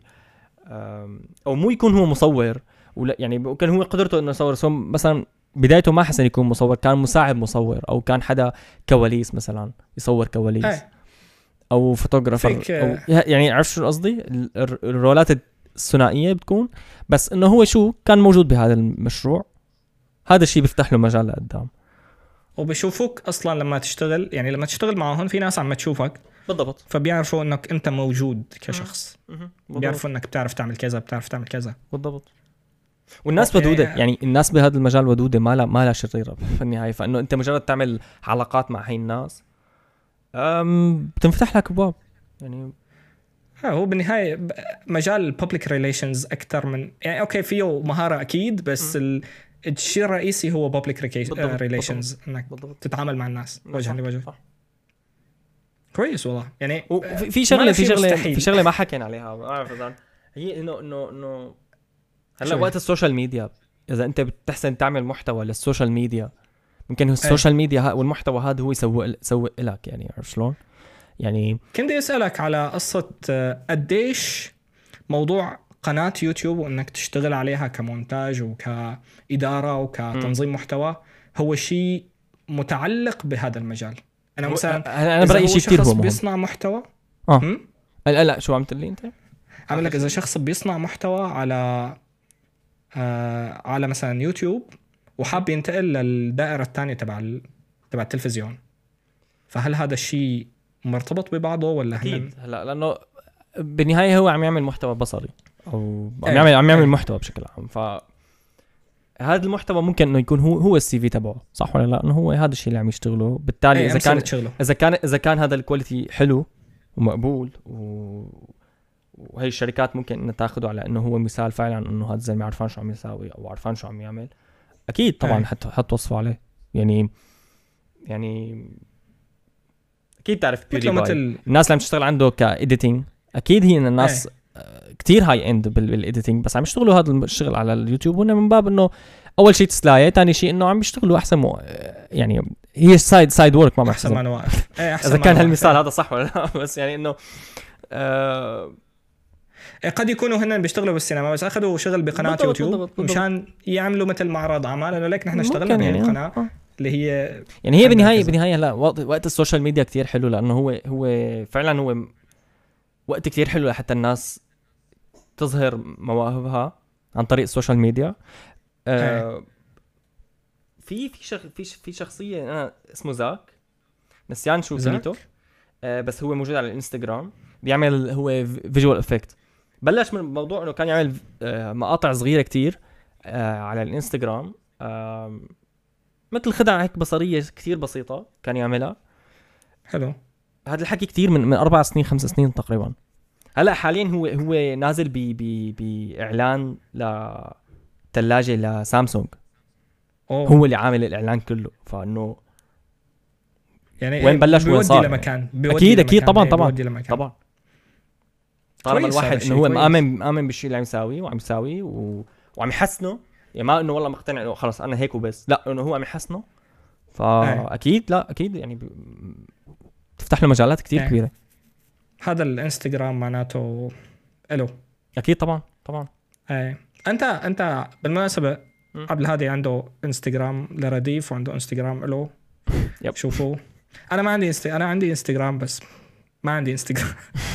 او مو يكون هو مصور ولا يعني كان هو قدرته انه يصور سو مثلا بدايته ما حسن يكون مصور، كان مساعد مصور او كان حدا كواليس مثلا يصور كواليس ايه. او فوتوغرافر أو يعني عرفت شو قصدي، الرولات الثنائيه بتكون، بس انه هو شو كان موجود بهذا المشروع، هذا الشيء بيفتح له مجال لقدام. وبيشوفوك اصلا لما تشتغل، يعني لما تشتغل معهم في ناس عم تشوفك بالضبط، فبيعرفوا انك انت موجود كشخص، بيعرفوا انك بتعرف تعمل كذا بتعرف تعمل كذا بالضبط. والناس ودوده يعني, يعني الناس بهذا المجال ودوده ما لا ما لا شريره في النهايه، فانه انت مجرد تعمل علاقات مع هاي الناس أم بتنفتح لك ابواب يعني. هو بالنهايه مجال الببليك ريليشنز اكثر من يعني اوكي فيه مهاره اكيد، بس ال... الشيء الرئيسي هو بابليك ريليشنز، انك بالضبط. تتعامل مع الناس وجها لوجه. كويس والله يعني. في شغله في شغله في شغله ما حكينا عليها، ما اعرف اذا هي انه انه انه هلا وقت السوشيال ميديا، اذا انت بتحسن تعمل محتوى للسوشيال ميديا ممكن هو السوشيال ميديا والمحتوى هذا هو يسوق يسوق لك، يعني عرفت شلون؟ يعني كنت اسالك على قصه قديش موضوع قناه يوتيوب وانك تشتغل عليها كمونتاج وكاداره وكتنظيم م. محتوى هو شيء متعلق بهذا المجال. انا مثلا انا برايي شيء كثير مهم بيصنع محتوى اه لا لا شو عم تقول لي انت؟ عم لك اذا شخص بيصنع محتوى على آه على مثلا يوتيوب وحاب ينتقل للدائره الثانيه تبع ال... تبع التلفزيون، فهل هذا الشيء مرتبط ببعضه ولا اكيد؟ هلا لانه بالنهايه هو عم يعمل محتوى بصري او عم يعمل عم يعمل محتوى بشكل عام، ف هذا المحتوى ممكن انه يكون هو هو السي في تبعه، صح ولا لا؟ انه هو هذا الشيء اللي عم يشتغله، بالتالي اذا كان تشغله. اذا كان اذا كان هذا الكواليتي حلو ومقبول و... وهي الشركات ممكن انها تاخده على انه هو مثال فعلا انه هذا الزلمه عرفان شو عم يساوي او عرفان شو عم يعمل، اكيد طبعا حت حتوصفوا عليه. يعني يعني اكيد تعرف مثل الناس اللي عم تشتغل عنده كإيديتينج، اكيد هي الناس أي. كتير هاي اند بالإيديتينج، بس عم يشتغلوا هذا الشغل على اليوتيوب هنا من باب انه اول شيء تسلايه، ثاني شيء انه عم يشتغلوا احسن مو... يعني هي سايد سايد ورك ما احسن ما واقف اذا كان هالمثال هذا صح ولا لا، بس يعني انه آه... قد يكونوا هن بيشتغلوا بالسينما بس اخذوا شغل بقناه بالضبط يوتيوب بالضبط بالضبط. مشان يعملوا مثل معرض اعمال. انه ليك نحن اشتغلنا ممكن يعني بهالقناه آه. اللي هي يعني هي عندها بالنهايه كذا. بالنهايه لا وقت, وقت السوشيال ميديا كتير حلو لانه هو هو فعلا هو وقت كتير حلو لحتى الناس تظهر مواهبها عن طريق السوشيال ميديا. آه في في شخ في في شخصيه انا اسمه زاك نسيان شو زاك؟ كنيته. آه بس هو موجود على الانستغرام بيعمل هو فيجوال افكت. بلش من الموضوع انه كان يعمل آه مقاطع صغيره كتير آه على الانستغرام آه مثل خدع هيك بصريه كتير بسيطه كان يعملها. حلو. هذا الحكي كتير من من اربع سنين خمس سنين تقريبا. هلا حاليا هو هو نازل ب ب باعلان لثلاجه لسامسونج. أوه. هو اللي عامل الاعلان كله. فانه يعني وين بلش وين صار لمكان اكيد اكيد طبعا طبعا طبعا طالما الواحد انه هو مآمن مآمن بالشيء اللي عم يساويه وعم يساويه و... وعم يحسنه. يعني ما انه والله مقتنع انه خلص انا هيك وبس لا انه هو عم يحسنه. فاكيد لا اكيد يعني ب... تفتح له مجالات كتير أي. كبيره. هذا الانستغرام معناته له اكيد طبعا طبعا. ايه انت انت بالمناسبه م. عبد الهادي عنده انستغرام لرديف وعنده انستغرام له. يب. شوفوا انا ما عندي انست... انا عندي انستغرام بس ما عندي انستغرام.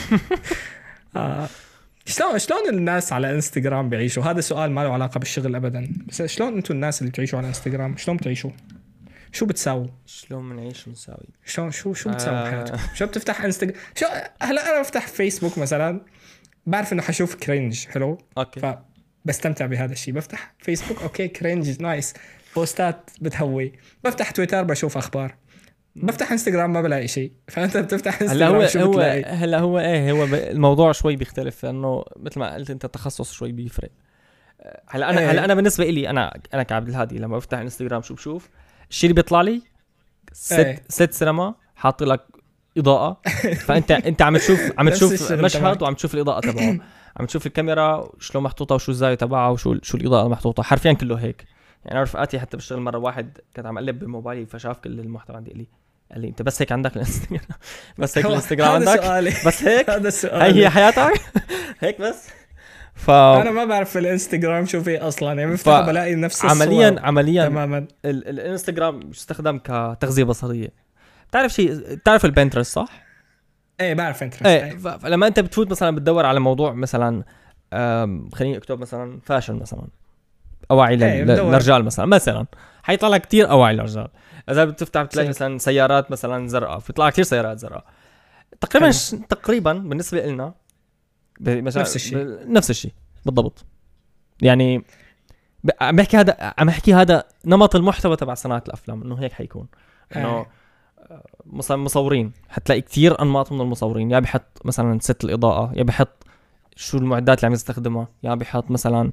آه. شلون شلون الناس على انستغرام بيعيشوا؟ هذا سؤال ما له علاقه بالشغل ابدا بس شلون انتم الناس اللي بتعيشوا على انستغرام شلون بتعيشوا؟ شو بتساووا؟ شلون بنعيش ونساوي؟ شلون شو شو بتساووا آه. بحياتكم؟ شو بتفتح انستغرام؟ شو هلا انا بفتح فيسبوك مثلا بعرف انه حشوف كرينج حلو اوكي فبستمتع بهذا الشيء. بفتح فيسبوك اوكي كرينج نايس بوستات بتهوي. بفتح تويتر بشوف اخبار. بفتح انستغرام ما بلاقي شيء. فانت بتفتح هلا هو انستغرام شو هو بتلاقي؟ هلا هو ايه هو ب... الموضوع شوي بيختلف لانه مثل ما قلت انت التخصص شوي بيفرق. هلا انا إيه. هلا انا بالنسبه لي انا انا كعبد الهادي لما بفتح انستغرام شو بشوف الشيء اللي بيطلع لي ست إيه. ست سينما حاط لك اضاءه. فانت انت عم تشوف عم نفس تشوف الشغل مشهد تبعك. وعم تشوف الاضاءه تبعه. عم تشوف الكاميرا شلون محطوطه وشو الزاويه تبعها وشو شو الاضاءه المحطوطه حرفيا كله هيك. يعني انا رفقاتي حتى بشتغل مره واحد كنت عم اقلب بموبايلي فشاف كل المحتوى عندي لي قال لي انت بس هيك عندك الانستغرام بس هيك الانستغرام هذا عندك سؤالي. بس هيك هذا السؤال هي هي حياتك هيك بس. ف انا ما بعرف في الانستغرام شو في اصلا يعني بفتح ف... بلاقي نفس عمليا الصور عمليا تماما. ال... الانستغرام يستخدم كتغذيه بصريه. بتعرف شيء بتعرف البنترست صح؟ ايه بعرف انت ايه ف... فلما انت بتفوت مثلا بتدور على موضوع مثلا خليني اكتب مثلا فاشن مثلا اواعي إيه، لل... بدور. للرجال مثلا مثلا حيطلع لك كثير اواعي للرجال. اذا بتفتح بتلاقي صحيح. مثلا سيارات مثلا زرقاء بيطلع كثير سيارات زرقاء تقريبا ش... تقريبا بالنسبه لنا بمجال... نفس الشيء. ب... نفس الشيء بالضبط. يعني ب... عم بحكي هذا عم بحكي هذا نمط المحتوى تبع صناعه الافلام انه هيك حيكون انه إيه. مثلا مصورين حتلاقي كثير انماط من المصورين يا بحط مثلا ست الاضاءه يا بحط شو المعدات اللي عم يستخدمها يا بحط مثلا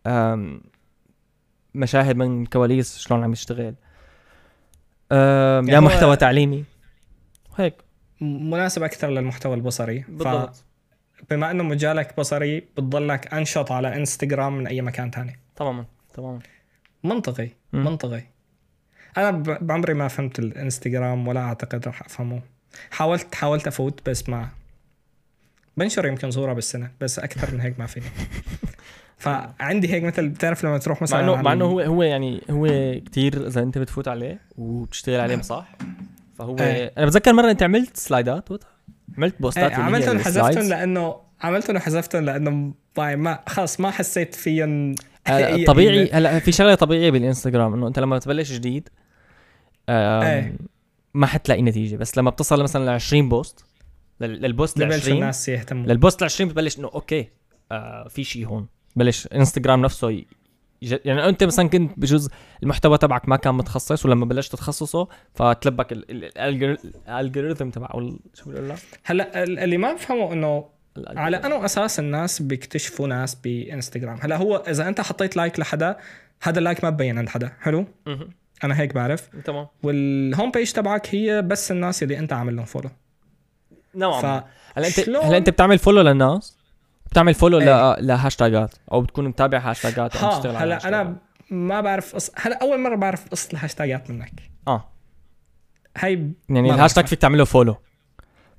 مشاهد من كواليس شلون عم يشتغل يعني يا محتوى تعليمي هيك مناسب اكثر للمحتوى البصري. بالضبط. بما انه مجالك بصري بتضلك انشط على انستغرام من اي مكان تاني. تماما تماما منطقي م. منطقي. انا بعمري ما فهمت الانستغرام ولا اعتقد راح افهمه. حاولت حاولت افوت بس ما بنشر يمكن صورة بالسنة بس اكثر من هيك ما فيني. فعندي هيك مثل بتعرف لما تروح مثلا مع انه مع انه هو هو يعني هو كتير اذا انت بتفوت عليه وبتشتغل عليه صح فهو ايه. انا بتذكر مره انت عملت سلايدات وقتها عملت بوستات ايه عملتهم حذفتهم لانه عملتهم وحذفتهم لانه ما خلص ما حسيت فيهم طبيعي. هلا في شغله طبيعيه بالانستغرام انه انت لما تبلش جديد ايه. ما حتلاقي نتيجه بس لما بتصل مثلا ل عشرين بوست للبوست ل عشرين الناس يهتموا للبوست ل عشرين بتبلش انه اوكي آه في شيء هون بلش انستغرام نفسه ي... يعني انت مثلا كنت بجزء المحتوى تبعك ما كان متخصص ولما بلشت تتخصصه فتلبك الالجوريثم تبعه شو بقول لك. هلا اللي ما بفهمه انه على انه اساس الناس بيكتشفوا ناس بانستغرام. هلا هو اذا انت حطيت لايك لحدا هذا اللايك ما ببين عند حدا حلو م- انا هيك بعرف تمام. والهوم بيج تبعك هي بس الناس اللي انت عامل لهم فولو نوعا ما. هلا انت شلون؟ هلا انت بتعمل فولو للناس بتعمل فولو ايه. ل... لهاشتاجات او بتكون متابع هاشتاجات او تشتغل. هلا انا ما بعرف أص... هلا اول مره بعرف قصه الهاشتاجات منك. اه هاي يعني الهاشتاج فيك تعمله فولو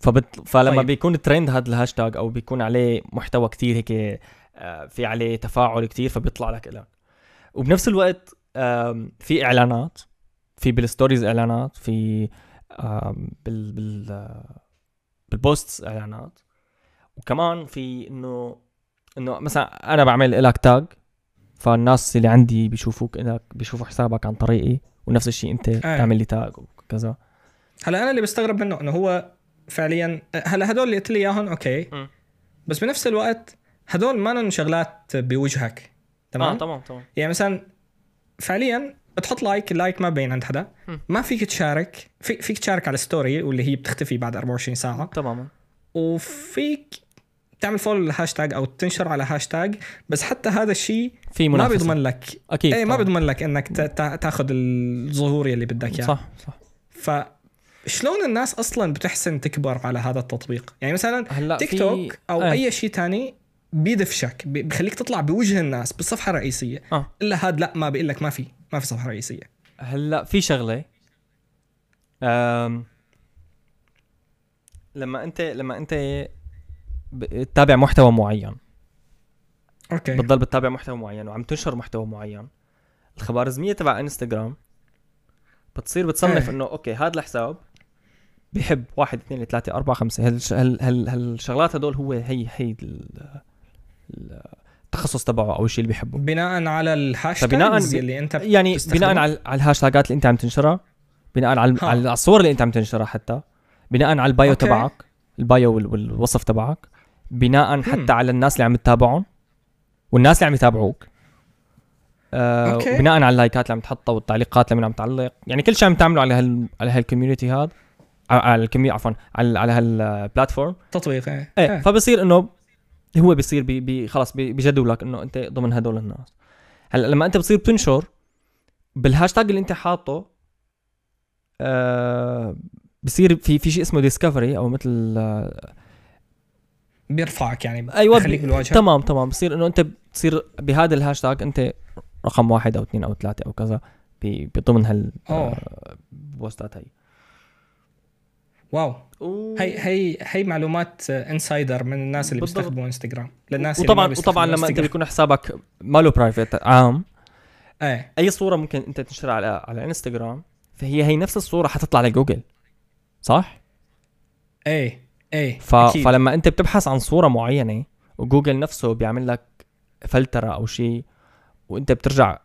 فبت... فلما طيب. طيب. بيكون ترند هذا الهاشتاج او بيكون عليه محتوى كتير هيك آه، في عليه تفاعل كتير فبيطلع لك إلك. وبنفس الوقت آم، في اعلانات، في بالستوريز اعلانات، في آم، بال بال آه، بالبوستس اعلانات، وكمان في انه انه مثلا انا بعمل لك تاج فالناس اللي عندي بيشوفوك انك بيشوفوا حسابك عن طريقي، ونفس الشيء انت آه. تعمل لي تاج وكذا. هلا انا اللي بستغرب منه انه هو فعليا هلا هدول اللي قلت لي اياهم اوكي م. بس بنفس الوقت هدول ما لهم شغلات بوجهك تمام اه تمام تمام يعني مثلا فعليا بتحط لايك اللايك ما بين عند حدا م. ما فيك تشارك في فيك تشارك على الستوري واللي هي بتختفي بعد أربعة وعشرين ساعة تماما، وفيك تعمل فولو للهاشتاج او تنشر على هاشتاج بس حتى هذا الشيء في ما منافسة بيضمن لك اكيد ايه ما طبعاً. بيضمن لك انك تا- تا- تاخذ الظهور يلي بدك اياه صح صح. فشلون الناس اصلا بتحسن تكبر على هذا التطبيق يعني مثلا هلا تيك في... توك او آه. اي شيء تاني بيدفشك بي- بخليك تطلع بوجه الناس بالصفحه الرئيسيه آه. الا هاد لا ما بيقول لك ما في ما في صفحه رئيسيه. هلا في شغله أم... لما انت لما انت بتتابع محتوى معين، اوكي بتضل بتتابع محتوى معين وعم تنشر محتوى معين، الخوارزميه تبع انستغرام بتصير بتصنف ايه. انه اوكي هذا الحساب بيحب واحد اثنين ثلاثة أربعة خمسة هال هال هال هالشغلات هدول هو هي هي ال- التخصص تبعه او الشيء اللي بيحبه. بناء على الهاشتاج فبناء ب... اللي انت يعني بتستخدمه؟ بناء على على الهاشتاجات اللي انت عم تنشرها، بناء على ها. على الصور اللي انت عم تنشرها، حتى بناء على البايو أوكي. تبعك، البايو وال... والوصف تبعك، بناء حتى هم. على الناس اللي عم تتابعهم والناس اللي عم يتابعوك، آه أوكي. وبناء على اللايكات اللي عم تحطها والتعليقات اللي عم تعلق، يعني كل شيء عم تعمله على هال على هالكوميونتي هذا، على الكمية عفوا على على هالبلاتفورم تطبيق ايه, ايه. فبصير انه هو بيصير بي بي خلاص بي بيجدوا لك انه انت ضمن هدول الناس. هلا لما انت بتصير بتنشر بالهاشتاج اللي انت حاطه، آه بصير في في شيء اسمه ديسكفري او مثل آه بيرفعك يعني ايوه بخليك بالواجهه. تمام تمام. بصير انه انت بتصير بهذا الهاشتاج انت رقم واحد او اثنين او ثلاثة او كذا بضمن هال آه بوستات هي. واو و... هي هي هي معلومات انسايدر من الناس اللي بالضبط. بيستخدموا انستغرام للناس وطبعا اللي ما وطبعا لما انت انستغرام. بيكون حسابك ماله برايفت عام، ايه اي صوره ممكن انت تنشرها على على انستغرام فهي هي نفس الصوره حتطلع على جوجل، صح؟ ايه ايه ف... أكيد. فلما انت بتبحث عن صوره معينه وجوجل نفسه بيعمل لك فلتره او شيء، وانت بترجع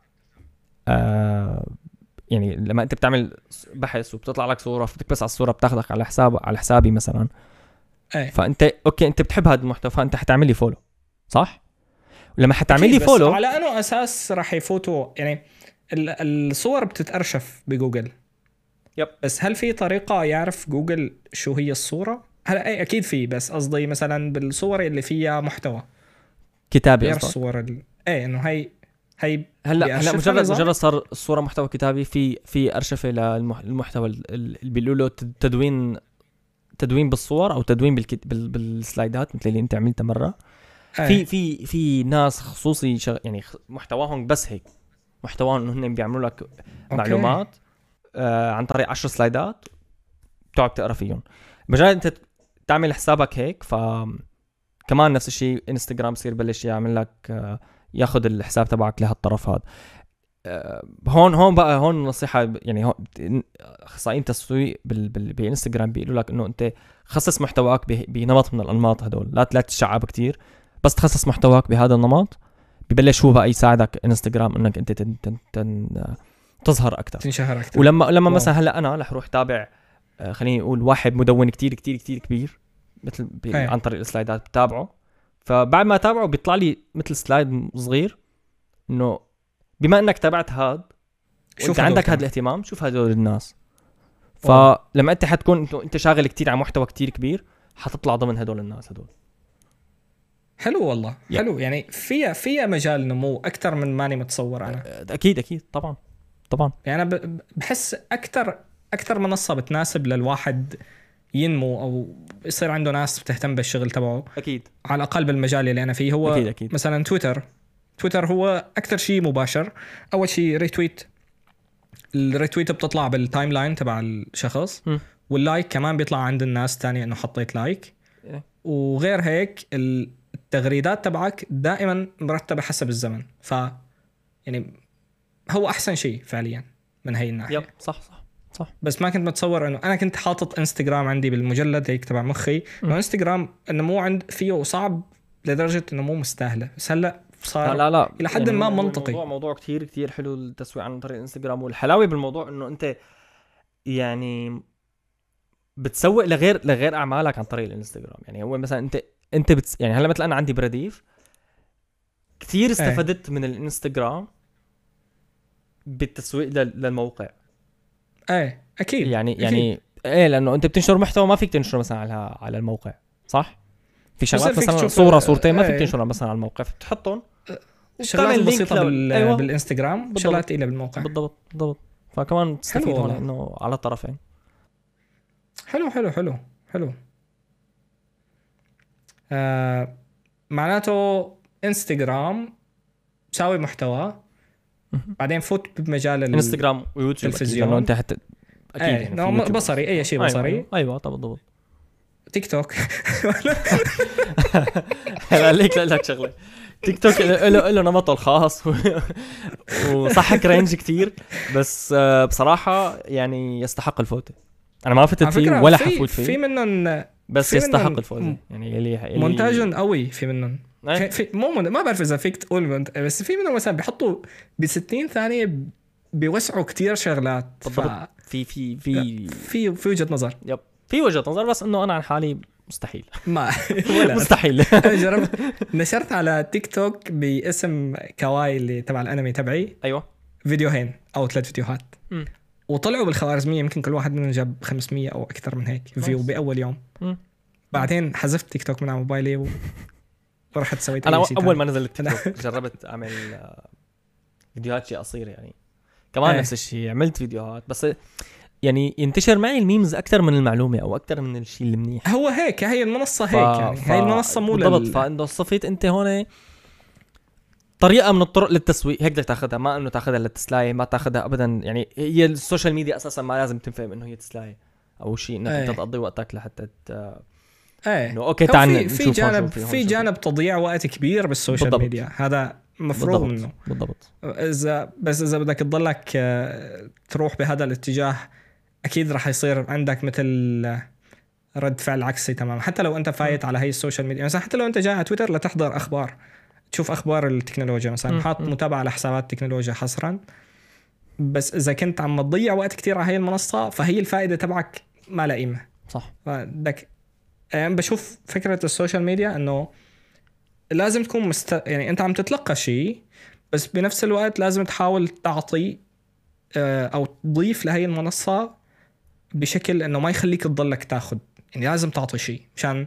آه يعني لما انت بتعمل بحث وبتطلع لك صوره بتكبس على الصوره بتاخذك على حساب على حسابي مثلا، ايه فانت اوكي انت بتحب هذا المحتوى فانت حتعمل لي فولو، صح؟ ولما حتعمل لي أكيد، بس فولو على انه اساس راح يفوتوا يعني ال- الصور بتتأرشف بجوجل. يب. بس هل في طريقة يعرف جوجل شو هي الصورة؟ هلا اي اكيد في، بس قصدي مثلا بالصور اللي فيها محتوى كتابي بيعرف قصدك. الصور ال... ايه انه هي هي هلا بيأرشفها هلا مجرد نظام؟ مجرد صار الصوره محتوى كتابي، في في ارشفه للمحتوى اللي بيقولوا له تدوين تدوين بالصور او تدوين بالكت... بال... بالسلايدات مثل اللي انت عملتها مره. ايه. في في في ناس خصوصي شغ... يعني محتواهم بس هيك، محتواهم انه هن بيعملوا لك أوكي. معلومات آه عن طريق عشر سلايدات بتقعد تقرا فيهم. مجرد انت تعمل حسابك هيك، ف كمان نفس الشيء انستغرام بصير بلش يعمل لك آه ياخذ الحساب تبعك لهالطرف هذا. آه هون هون بقى هون نصيحه، يعني هون اخصائيين تسويق بال... بال... بانستغرام بيقولوا لك انه انت خصص محتواك بنمط من الانماط هدول، لا لا تشعب كتير، بس تخصص محتواك بهذا النمط ببلش هو بقى يساعدك انستغرام انك انت تن تن تن تظهر اكثر تنشهر اكثر. ولما لما واو. مثلا هلا انا رح اروح تابع آه خليني اقول واحد مدون كتير كتير كتير كبير مثل ب... عن طريق السلايدات بتابعه، فبعد ما تابعه بيطلع لي مثل سلايد صغير انه بما انك تابعت هاد وانت عندك هذا الاهتمام شوف هدول الناس. فلما انت حتكون انت, انت شاغل كتير على محتوى كتير كبير حتطلع ضمن هدول الناس هدول. حلو والله yeah. حلو، يعني فيها فيها مجال نمو اكثر من ماني متصور انا. اكيد اكيد طبعا طبعا. يعني انا بحس اكثر اكثر منصه بتناسب للواحد ينمو او يصير عنده ناس بتهتم بالشغل تبعه، اكيد على الاقل بالمجال اللي انا فيه هو أكيد أكيد. مثلا تويتر. تويتر هو اكثر شيء مباشر. اول شيء ريتويت، الريتويت بتطلع بالتايم لاين تبع الشخص م. واللايك كمان بيطلع عند الناس تانية انه حطيت لايك. إيه. وغير هيك التغريدات تبعك دائما مرتبة حسب الزمن. ف يعني هو احسن شيء فعليا من هي الناحية. يب صح صح صح. بس ما كنت متصور انه انا كنت حاطط انستغرام عندي بالمجلد هيك تبع مخي انه انستغرام انه مو عند فيه صعب لدرجة انه مو مستاهلة. بس هلا صار لا لا لا الى حد يعني ما هو منطقي. الموضوع موضوع كتير كتير حلو التسويق عن طريق الانستغرام. والحلاوة بالموضوع انه انت يعني بتسوق لغير لغير اعمالك عن طريق الانستغرام. يعني هو مثلا انت انت بتس... يعني هلا مثلا انا عندي براديف كتير استفدت من الانستغرام بالتسويق لل... للموقع. ايه اكيد يعني أكيد. يعني ايه لانه انت بتنشر محتوى ما فيك تنشره مثلا على على الموقع صح. في شغلات مثلا صوره صورتين ما فيك تنشرها مثلا على الموقع بتحطهم شغلات بسيطه لو... بال... أيوة. بالانستغرام شغلات ثقيله بالموقع. بالضبط بالضبط. فكمان تستفيد هون انه على الطرفين. حلو حلو حلو حلو. آه معناته انستغرام ساوي محتوى بعدين فوت بمجال انستغرام ويوتيوب التلفزيون. انه انت حتى اكيد ايه يعني بصري اي شيء بصري. ايوه, أيوة طب بالضبط. تيك توك هلا ليك لك شغله تيك توك له له نمطه الخاص وصحك رينج كتير. بس بصراحه يعني يستحق الفوت. انا ما فتت فيه ولا حفوت فيه في منهم بس يستحق الفوت. يعني اللي مونتاجهم قوي في منهم. في مو من... ما بعرف اذا فيك تقول منت... بس في منهم مثلا بيحطوا بستين ثانيه بيوسعوا كتير شغلات. ف... في في في في في وجهه نظر. يب في وجهه نظر بس انه انا عن حالي مستحيل ما ولا مستحيل. جربت نشرت على تيك توك باسم كواي اللي تبع الانمي تبعي. ايوه فيديوهين او ثلاث فيديوهات م. وطلعوا بالخوارزميه يمكن كل واحد منهم جاب خمسمية او اكثر من هيك فيو باول يوم. م. بعدين حذفت تيك توك من على موبايلي و... ورحت سويت انا اول ما نزلت تيك توك جربت اعمل فيديوهات شيء قصير يعني كمان نفس الشيء عملت فيديوهات بس يعني ينتشر معي الميمز اكثر من المعلومه او اكثر من الشيء المنيح. هو هيك هي المنصه هيك ف... يعني ف... هي المنصه مو بالضبط لل... فانه صفيت انت هون طريقه من الطرق للتسويق هيك بدك تاخذها. ما انه تاخذها للتسلايه ما تاخذها ابدا. يعني هي السوشيال ميديا اساسا ما لازم تنفهم انه هي تسلايه او شيء انك انت تقضي وقتك لحتى ت... ايه انه اوكي تعال في جانب في جانب تضييع وقت كبير بالسوشيال بالضبط. ميديا هذا مفروغ منه بالضبط. اذا بس اذا بدك تضلك تروح بهذا الاتجاه اكيد راح يصير عندك مثل رد فعل عكسي تماما. حتى لو انت فايت على هي السوشيال ميديا مثلا حتى لو انت جاي على تويتر لتحضر اخبار تشوف اخبار التكنولوجيا مثلا حاط متابعه لحسابات التكنولوجيا حصرا. بس اذا كنت عم تضيع وقت كتير على هي المنصه فهي الفائده تبعك ما لها قيمه. صح. بدك يعني بشوف فكرة السوشيال ميديا انه لازم تكون مست... يعني انت عم تتلقى شيء بس بنفس الوقت لازم تحاول تعطي او تضيف لهي المنصة بشكل انه ما يخليك تضلك تاخد. يعني لازم تعطي شيء مشان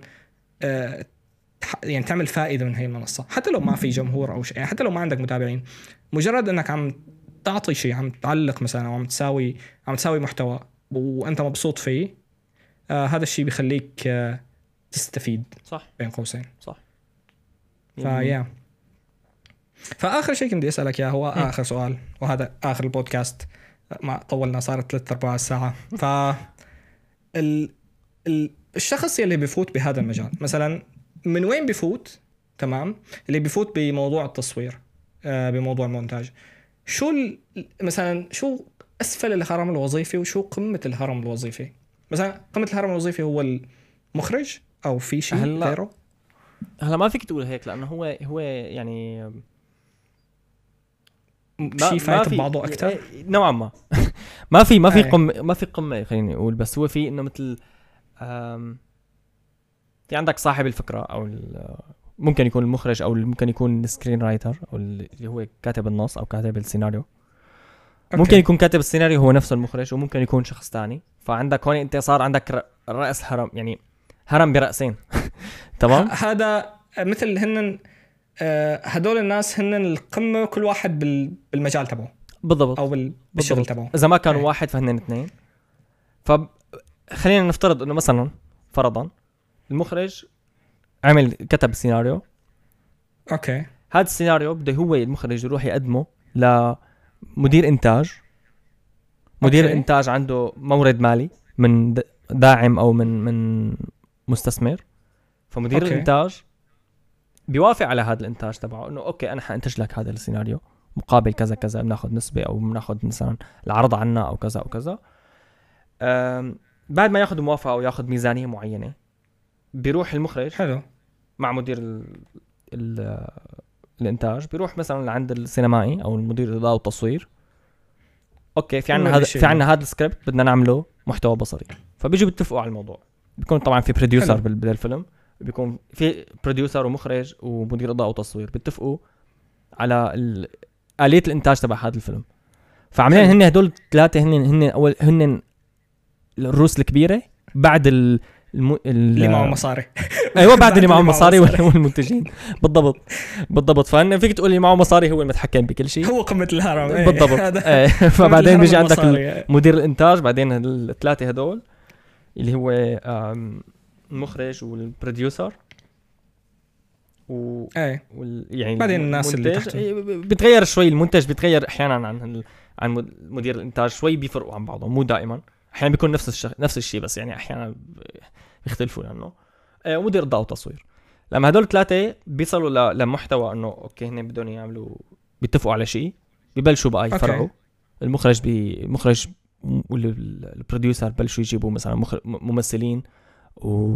يعني تعمل فائدة من هي المنصة حتى لو ما في جمهور او شيء. يعني حتى لو ما عندك متابعين مجرد انك عم تعطي شيء عم تعلق مثلا او عم تساوي عم تساوي محتوى وانت مبسوط فيه. آه هذا الشيء بيخليك آه تستفيد. صح بين قوسين. صح. فيا فآخر شيء كنت أسألك يا هو آخر سؤال وهذا آخر البودكاست ما طولنا صارت ثلاثة أربعة ساعة. ف ال... ال... الشخص اللي بيفوت بهذا المجال مثلا من وين بيفوت؟ تمام اللي بيفوت بموضوع التصوير آه بموضوع المونتاج شو ال... مثلا شو أسفل الهرم الوظيفي وشو قمة الهرم الوظيفي؟ مثلا قمة الهرم الوظيفي هو المخرج او في شيء غيره. هلا ما فيك تقول هيك لانه هو هو يعني شيء فايت ببعضه اكثر نوعا ما. ما في ما في قمه ما في قمه خليني اقول. بس هو في انه مثل في عندك صاحب الفكره او ممكن يكون المخرج او ممكن يكون السكرين رايتر او اللي هو كاتب النص او كاتب السيناريو. أوكي. ممكن يكون كاتب السيناريو هو نفسه المخرج وممكن يكون شخص تاني. فعندك هون انت صار عندك رأس هرم يعني هرم برأسين. تمام. هذا مثل هن هدول الناس هن القمة كل واحد بالمجال تبعه. بالضبط. او بالشغل تبعه. اذا ما كانوا واحد فهن اثنين. فخلينا نفترض انه مثلا فرضا المخرج عمل كتب السيناريو. اوكي. هذا السيناريو بده هو المخرج يروح يقدمه لمدير انتاج. مدير أوكي. الانتاج عنده مورد مالي من داعم او من من مستثمر، فمدير أوكي. الانتاج بيوافق على هذا الانتاج تبعه انه اوكي انا حانتج لك هذا السيناريو مقابل كذا كذا، بناخذ نسبه او بناخذ مثلا العرض عنا او كذا او كذا. بعد ما ياخذ موافقه او ياخذ ميزانيه معينه، بيروح المخرج حلو مع مدير ال ال الانتاج، بيروح مثلا لعند السينمائي او المدير الاضاءه والتصوير، اوكي في عندنا هذا في عندنا هذا السكريبت بدنا نعمله محتوى بصري، فبيجوا بيتفقوا على الموضوع. بيكون طبعا في بروديوسر بالفيلم، بيكون في بروديوسر ومخرج ومدير اضاءه وتصوير، بيتفقوا على آلية الانتاج تبع هذا الفيلم. فعمليا هن هدول ثلاثه هن هن اول هن الروس الكبيره بعد ال الم... اللي معه مصاري. ايوه بعد اللي معه مصاري والمنتجين. بالضبط بالضبط. فانا فيك تقول اللي معه مصاري هو المتحكم بكل شيء، هو قمه الهرم. بالضبط. فبعدين بيجي عندك مدير الانتاج، بعدين الثلاثه هدول اللي هو المخرج والبروديوسر و ايه وال... يعني بعدين الناس اللي تحت بتغير شوي. المنتج بيتغير احيانا عن عن مدير الانتاج، شوي بيفرقوا عن بعضهم، مو دائما، احيانا بيكون نفس الشيء نفس الشيء بس يعني احيانا بيختلفوا لانه آه مدير اضاءه وتصوير. لما هدول ثلاثه بيصلوا ل... لمحتوى انه اوكي هن بدهم يعملوا، بيتفقوا على شيء، ببلشوا بقى يفرعوا. المخرج بي مخرج والبروديوسر بلشوا يجيبوا مثلا مخ... ممثلين و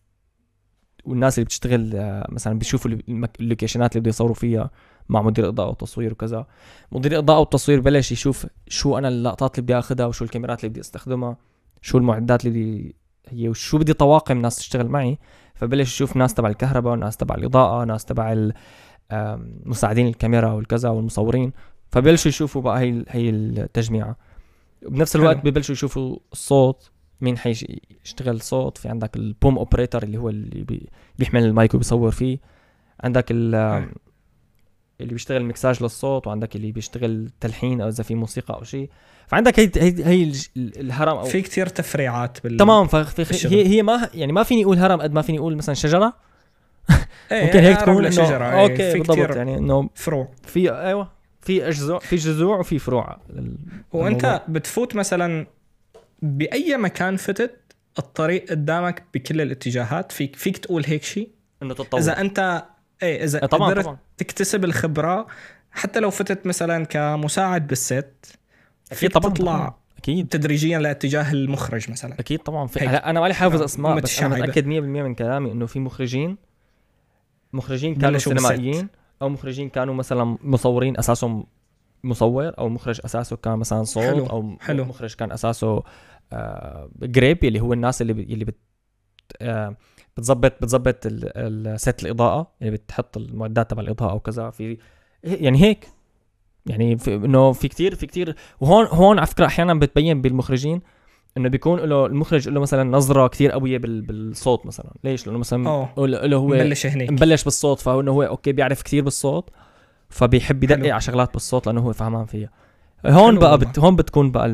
والناس اللي بتشتغل مثلا بيشوفوا اللوكيشنات اللي بده يصوروا فيها مع مدير اضاءه وتصوير وكذا. مدير اضاءه والتصوير بلش يشوف شو انا اللقطات اللي بدي اخذها، وشو الكاميرات اللي بدي استخدمها، شو المعدات اللي بدي هي، وشو بدي طواقم ناس تشتغل معي. فبلش يشوف ناس تبع الكهرباء، وناس تبع الاضاءه، ناس تبع مساعدين الكاميرا والكذا والمصورين. فبلشوا يشوفوا بقى هي هي التجميعه. بنفس الوقت ببلشوا يشوفوا الصوت، مين حيشتغل صوت. في عندك البوم اوبريتور اللي هو اللي بي بيحمل المايك وبيصور فيه، عندك اللي بيشتغل مكساج للصوت، وعندك اللي بيشتغل تلحين او اذا في موسيقى او شيء. فعندك هي هي, هي الهرم أو في كتير تفريعات بال تمام. ففي هي هي ما يعني ما فيني اقول هرم قد ما فيني اقول مثلا شجره. ايه ممكن هيك تكون انه شجره. اوكي بالضبط، يعني انه فروع، في ايوه في اجزاء، في جذوع وفي فروع. وانت الموضوع. بتفوت مثلا باي مكان فتت الطريق قدامك بكل الاتجاهات، فيك فيك تقول هيك شيء انه تتطور. اذا انت ايه اذا طبعاً قدرت طبعاً. تكتسب الخبره، حتى لو فتت مثلا كمساعد بالست، فيك طبعا تطلع طبعاً. اكيد تدريجيا لاتجاه المخرج مثلا. اكيد طبعا. في انا ما لي حافظ اسماء، بس متشعبة. انا متاكد مية بالمية من كلامي انه في مخرجين مخرجين كانوا سينمائيين، او مخرجين كانوا مثلا مصورين اساسهم مصور، او مخرج اساسه كان مثلا صوت، حلو. او حلو. مخرج كان اساسه آه جريب اللي هو الناس اللي اللي بت آه بتظبط بتظبط الست الاضاءه، اللي بتحط المعدات تبع الاضاءه او كذا. في يعني هيك يعني في انه في كتير في كتير وهون هون على فكره احيانا بتبين بالمخرجين انه بيكون له المخرج له مثلا نظره كتير قويه بالصوت مثلا. ليش؟ لانه مثلا له هو مبلش هنيك مبلش بالصوت، فانه هو اوكي بيعرف كتير بالصوت، فبيحب يدقق على شغلات بالصوت لانه هو فهمان فيها. هون بقى بت... هون بتكون بقى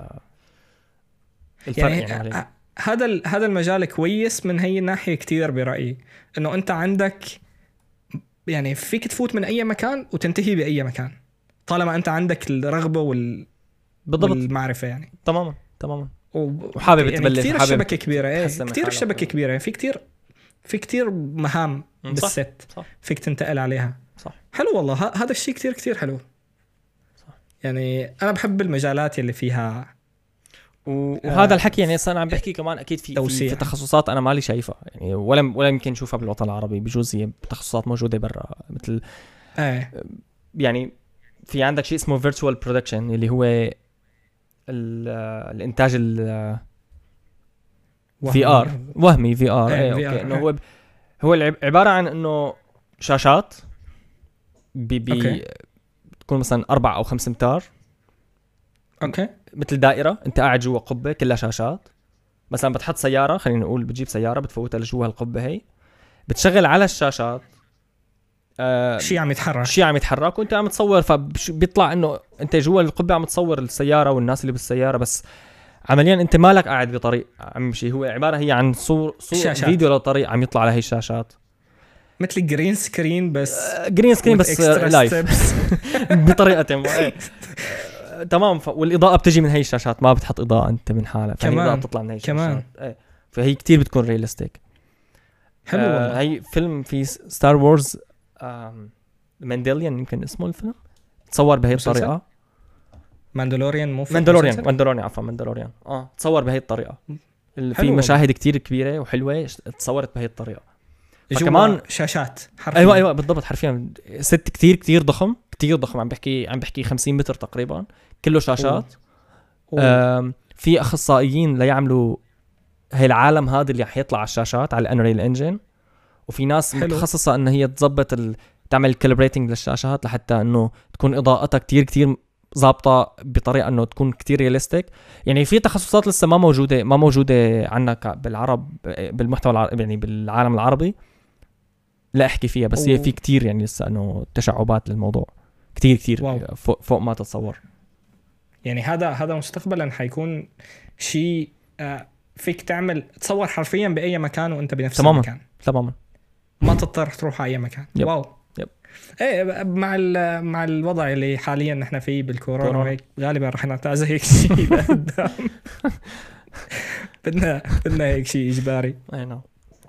الفرق. يعني, يعني هذا هذا المجال كويس من هي الناحيه كتير برايي، انه انت عندك يعني فيك تفوت من اي مكان وتنتهي باي مكان طالما انت عندك الرغبه وال بالضبط والمعرفه. يعني تماما تماما و... وحابب يعني تبلش، كتير حابب الشبكه كبيره. ايه كتير الشبكه كبيره، في كتير في كتير مهام بالست صح. فيك تنتقل عليها. صح. حلو والله. ه... هذا الشيء كتير كتير حلو. صح. يعني انا بحب المجالات اللي فيها وهذا الحكي. يعني انا عم بحكي كمان اكيد في في, في تخصصات انا مالي شايفها يعني، ولا ولا يمكن نشوفها بالوطن العربي، بجوز هي تخصصات موجوده برا مثل ايه. يعني في عندك شيء اسمه فيرتشوال برودكشن اللي هو الانتاج ال في ار وهمي في ار. ايه اوكي. انه هو هو عباره عن انه شاشات بي بي تكون مثلا أربعة أو خمس امتار. اوكي. مثل دائره، انت قاعد جوا قبه كلها شاشات. مثلا بتحط سياره، خلينا نقول بتجيب سياره بتفوتها لجوا القبه هي، بتشغل على الشاشات آه شيء عم يتحرك شيء عم يتحرك وانت عم تصور. فبيطلع انه انت جوا القبه عم تصور السياره والناس اللي بالسياره، بس عمليا انت مالك قاعد بطريق عم يمشي. هو عباره هي عن صور صور شاشات. فيديو لطريق عم يطلع على هي الشاشات مثل جرين سكرين، بس جرين سكرين بس لايف بطريقه ما. تمام. ف... والاضاءه بتجي من هي الشاشات، ما بتحط اضاءه انت من حالها، فالاضاءه بتطلع من هي الشاشات. ايه. فهي كتير بتكون رياليستيك. حلو آه والله. هي فيلم في ستار وورز ماندليان يمكن اسمه الفيلم، تصور بهي الطريقه. ماندلوريان مو ماندلوريان ماندلوريان عفوا ماندلوريان اه تصور بهي الطريقه. في مشاهد كتير كبيره وحلوه تصورت بهي الطريقه. كمان شاشات حرفيا. ايوه ايوه بالضبط حرفيا. ست كتير كتير ضخم كتير ضخم، عم بحكي عم بحكي خمسين متر تقريبا، كله شاشات. أوه. أوه. في اخصائيين ليعملوا هي العالم هذا اللي رح يطلع على الشاشات على الانريل انجن، وفي ناس حلو. متخصصه ان هي تظبط ال... تعمل كالبريتنج للشاشات لحتى انه تكون اضاءتها كتير كتير ضابطه بطريقه انه تكون كتير رياليستيك. يعني في تخصصات لسه ما موجوده ما موجوده عندنا بالعرب بالمحتوى العربي، يعني بالعالم العربي لا احكي فيها، بس أوه. هي في كتير يعني لسه انه تشعبات للموضوع كتير كتير فوق, فوق ما تتصور. يعني هذا هذا مستقبلا حيكون شيء فيك تعمل تصور حرفيا باي مكان وانت بنفس تماماً. المكان تماما ما تضطر تروح على اي مكان. يب. واو يب. ايه مع مع الوضع اللي حاليا نحن فيه بالكورونا وهيك غالبا رح نعتاز هيك شيء لقدام. بدنا بدنا هيك شيء اجباري. اي نعم.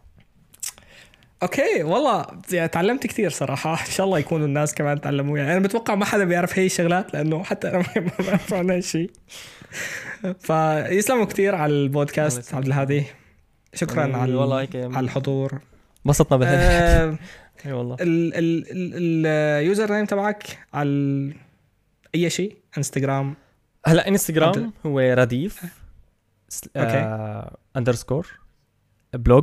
اوكي والله يعني تعلمت كثير صراحه، ان شاء الله يكونوا الناس كمان تعلموا. يعني انا بتوقع ما حدا بيعرف هي الشغلات لانه حتى انا ما بعرف عنها شيء. فيسلموا كثير على البودكاست عبد الهادي، شكرا على على الحضور، انبسطنا بالحديث. اي والله. اليوزر نيم تبعك على اي شيء انستغرام؟ هلا انستغرام هو رديف اندرسكور بلوج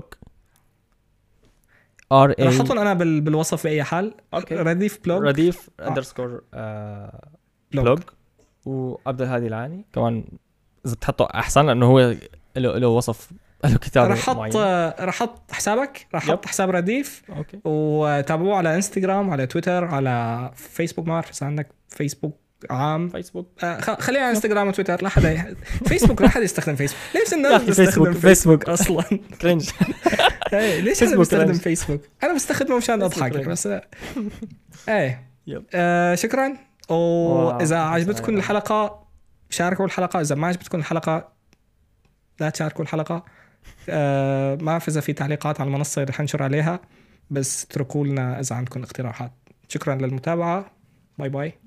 ار اي. رح احطهم انا بالوصف باي حال. أوكي. رديف بلوج رديف اندرسكور بلوج وعبد الهادي العاني كمان اذا بتحطوا احسن لانه هو له له وصف له كتابه. رح احط رح احط حسابك، رح احط حساب رديف. اوكي. وتابعوه على انستغرام على تويتر على فيسبوك. ما بعرف اذا عندك فيسبوك عام. فيسبوك آه خلينا على انستغرام وتويتر. لا حدا فيسبوك لا حدا يستخدم فيسبوك. ليش الناس بتستخدم فيسبوك اصلا؟ كرنج. ليش حدا بيستخدم فيسبوك؟ انا بستخدمه مشان اضحك بس. ايه آه شكرا. واذا عجبتكم الحلقه شاركوا الحلقه، اذا ما عجبتكم الحلقه لا تشاركوا الحلقه. آه ما اعرف اذا في تعليقات على المنصه اللي حنشر عليها، بس اتركوا لنا اذا عندكم اقتراحات. شكرا للمتابعه. باي باي.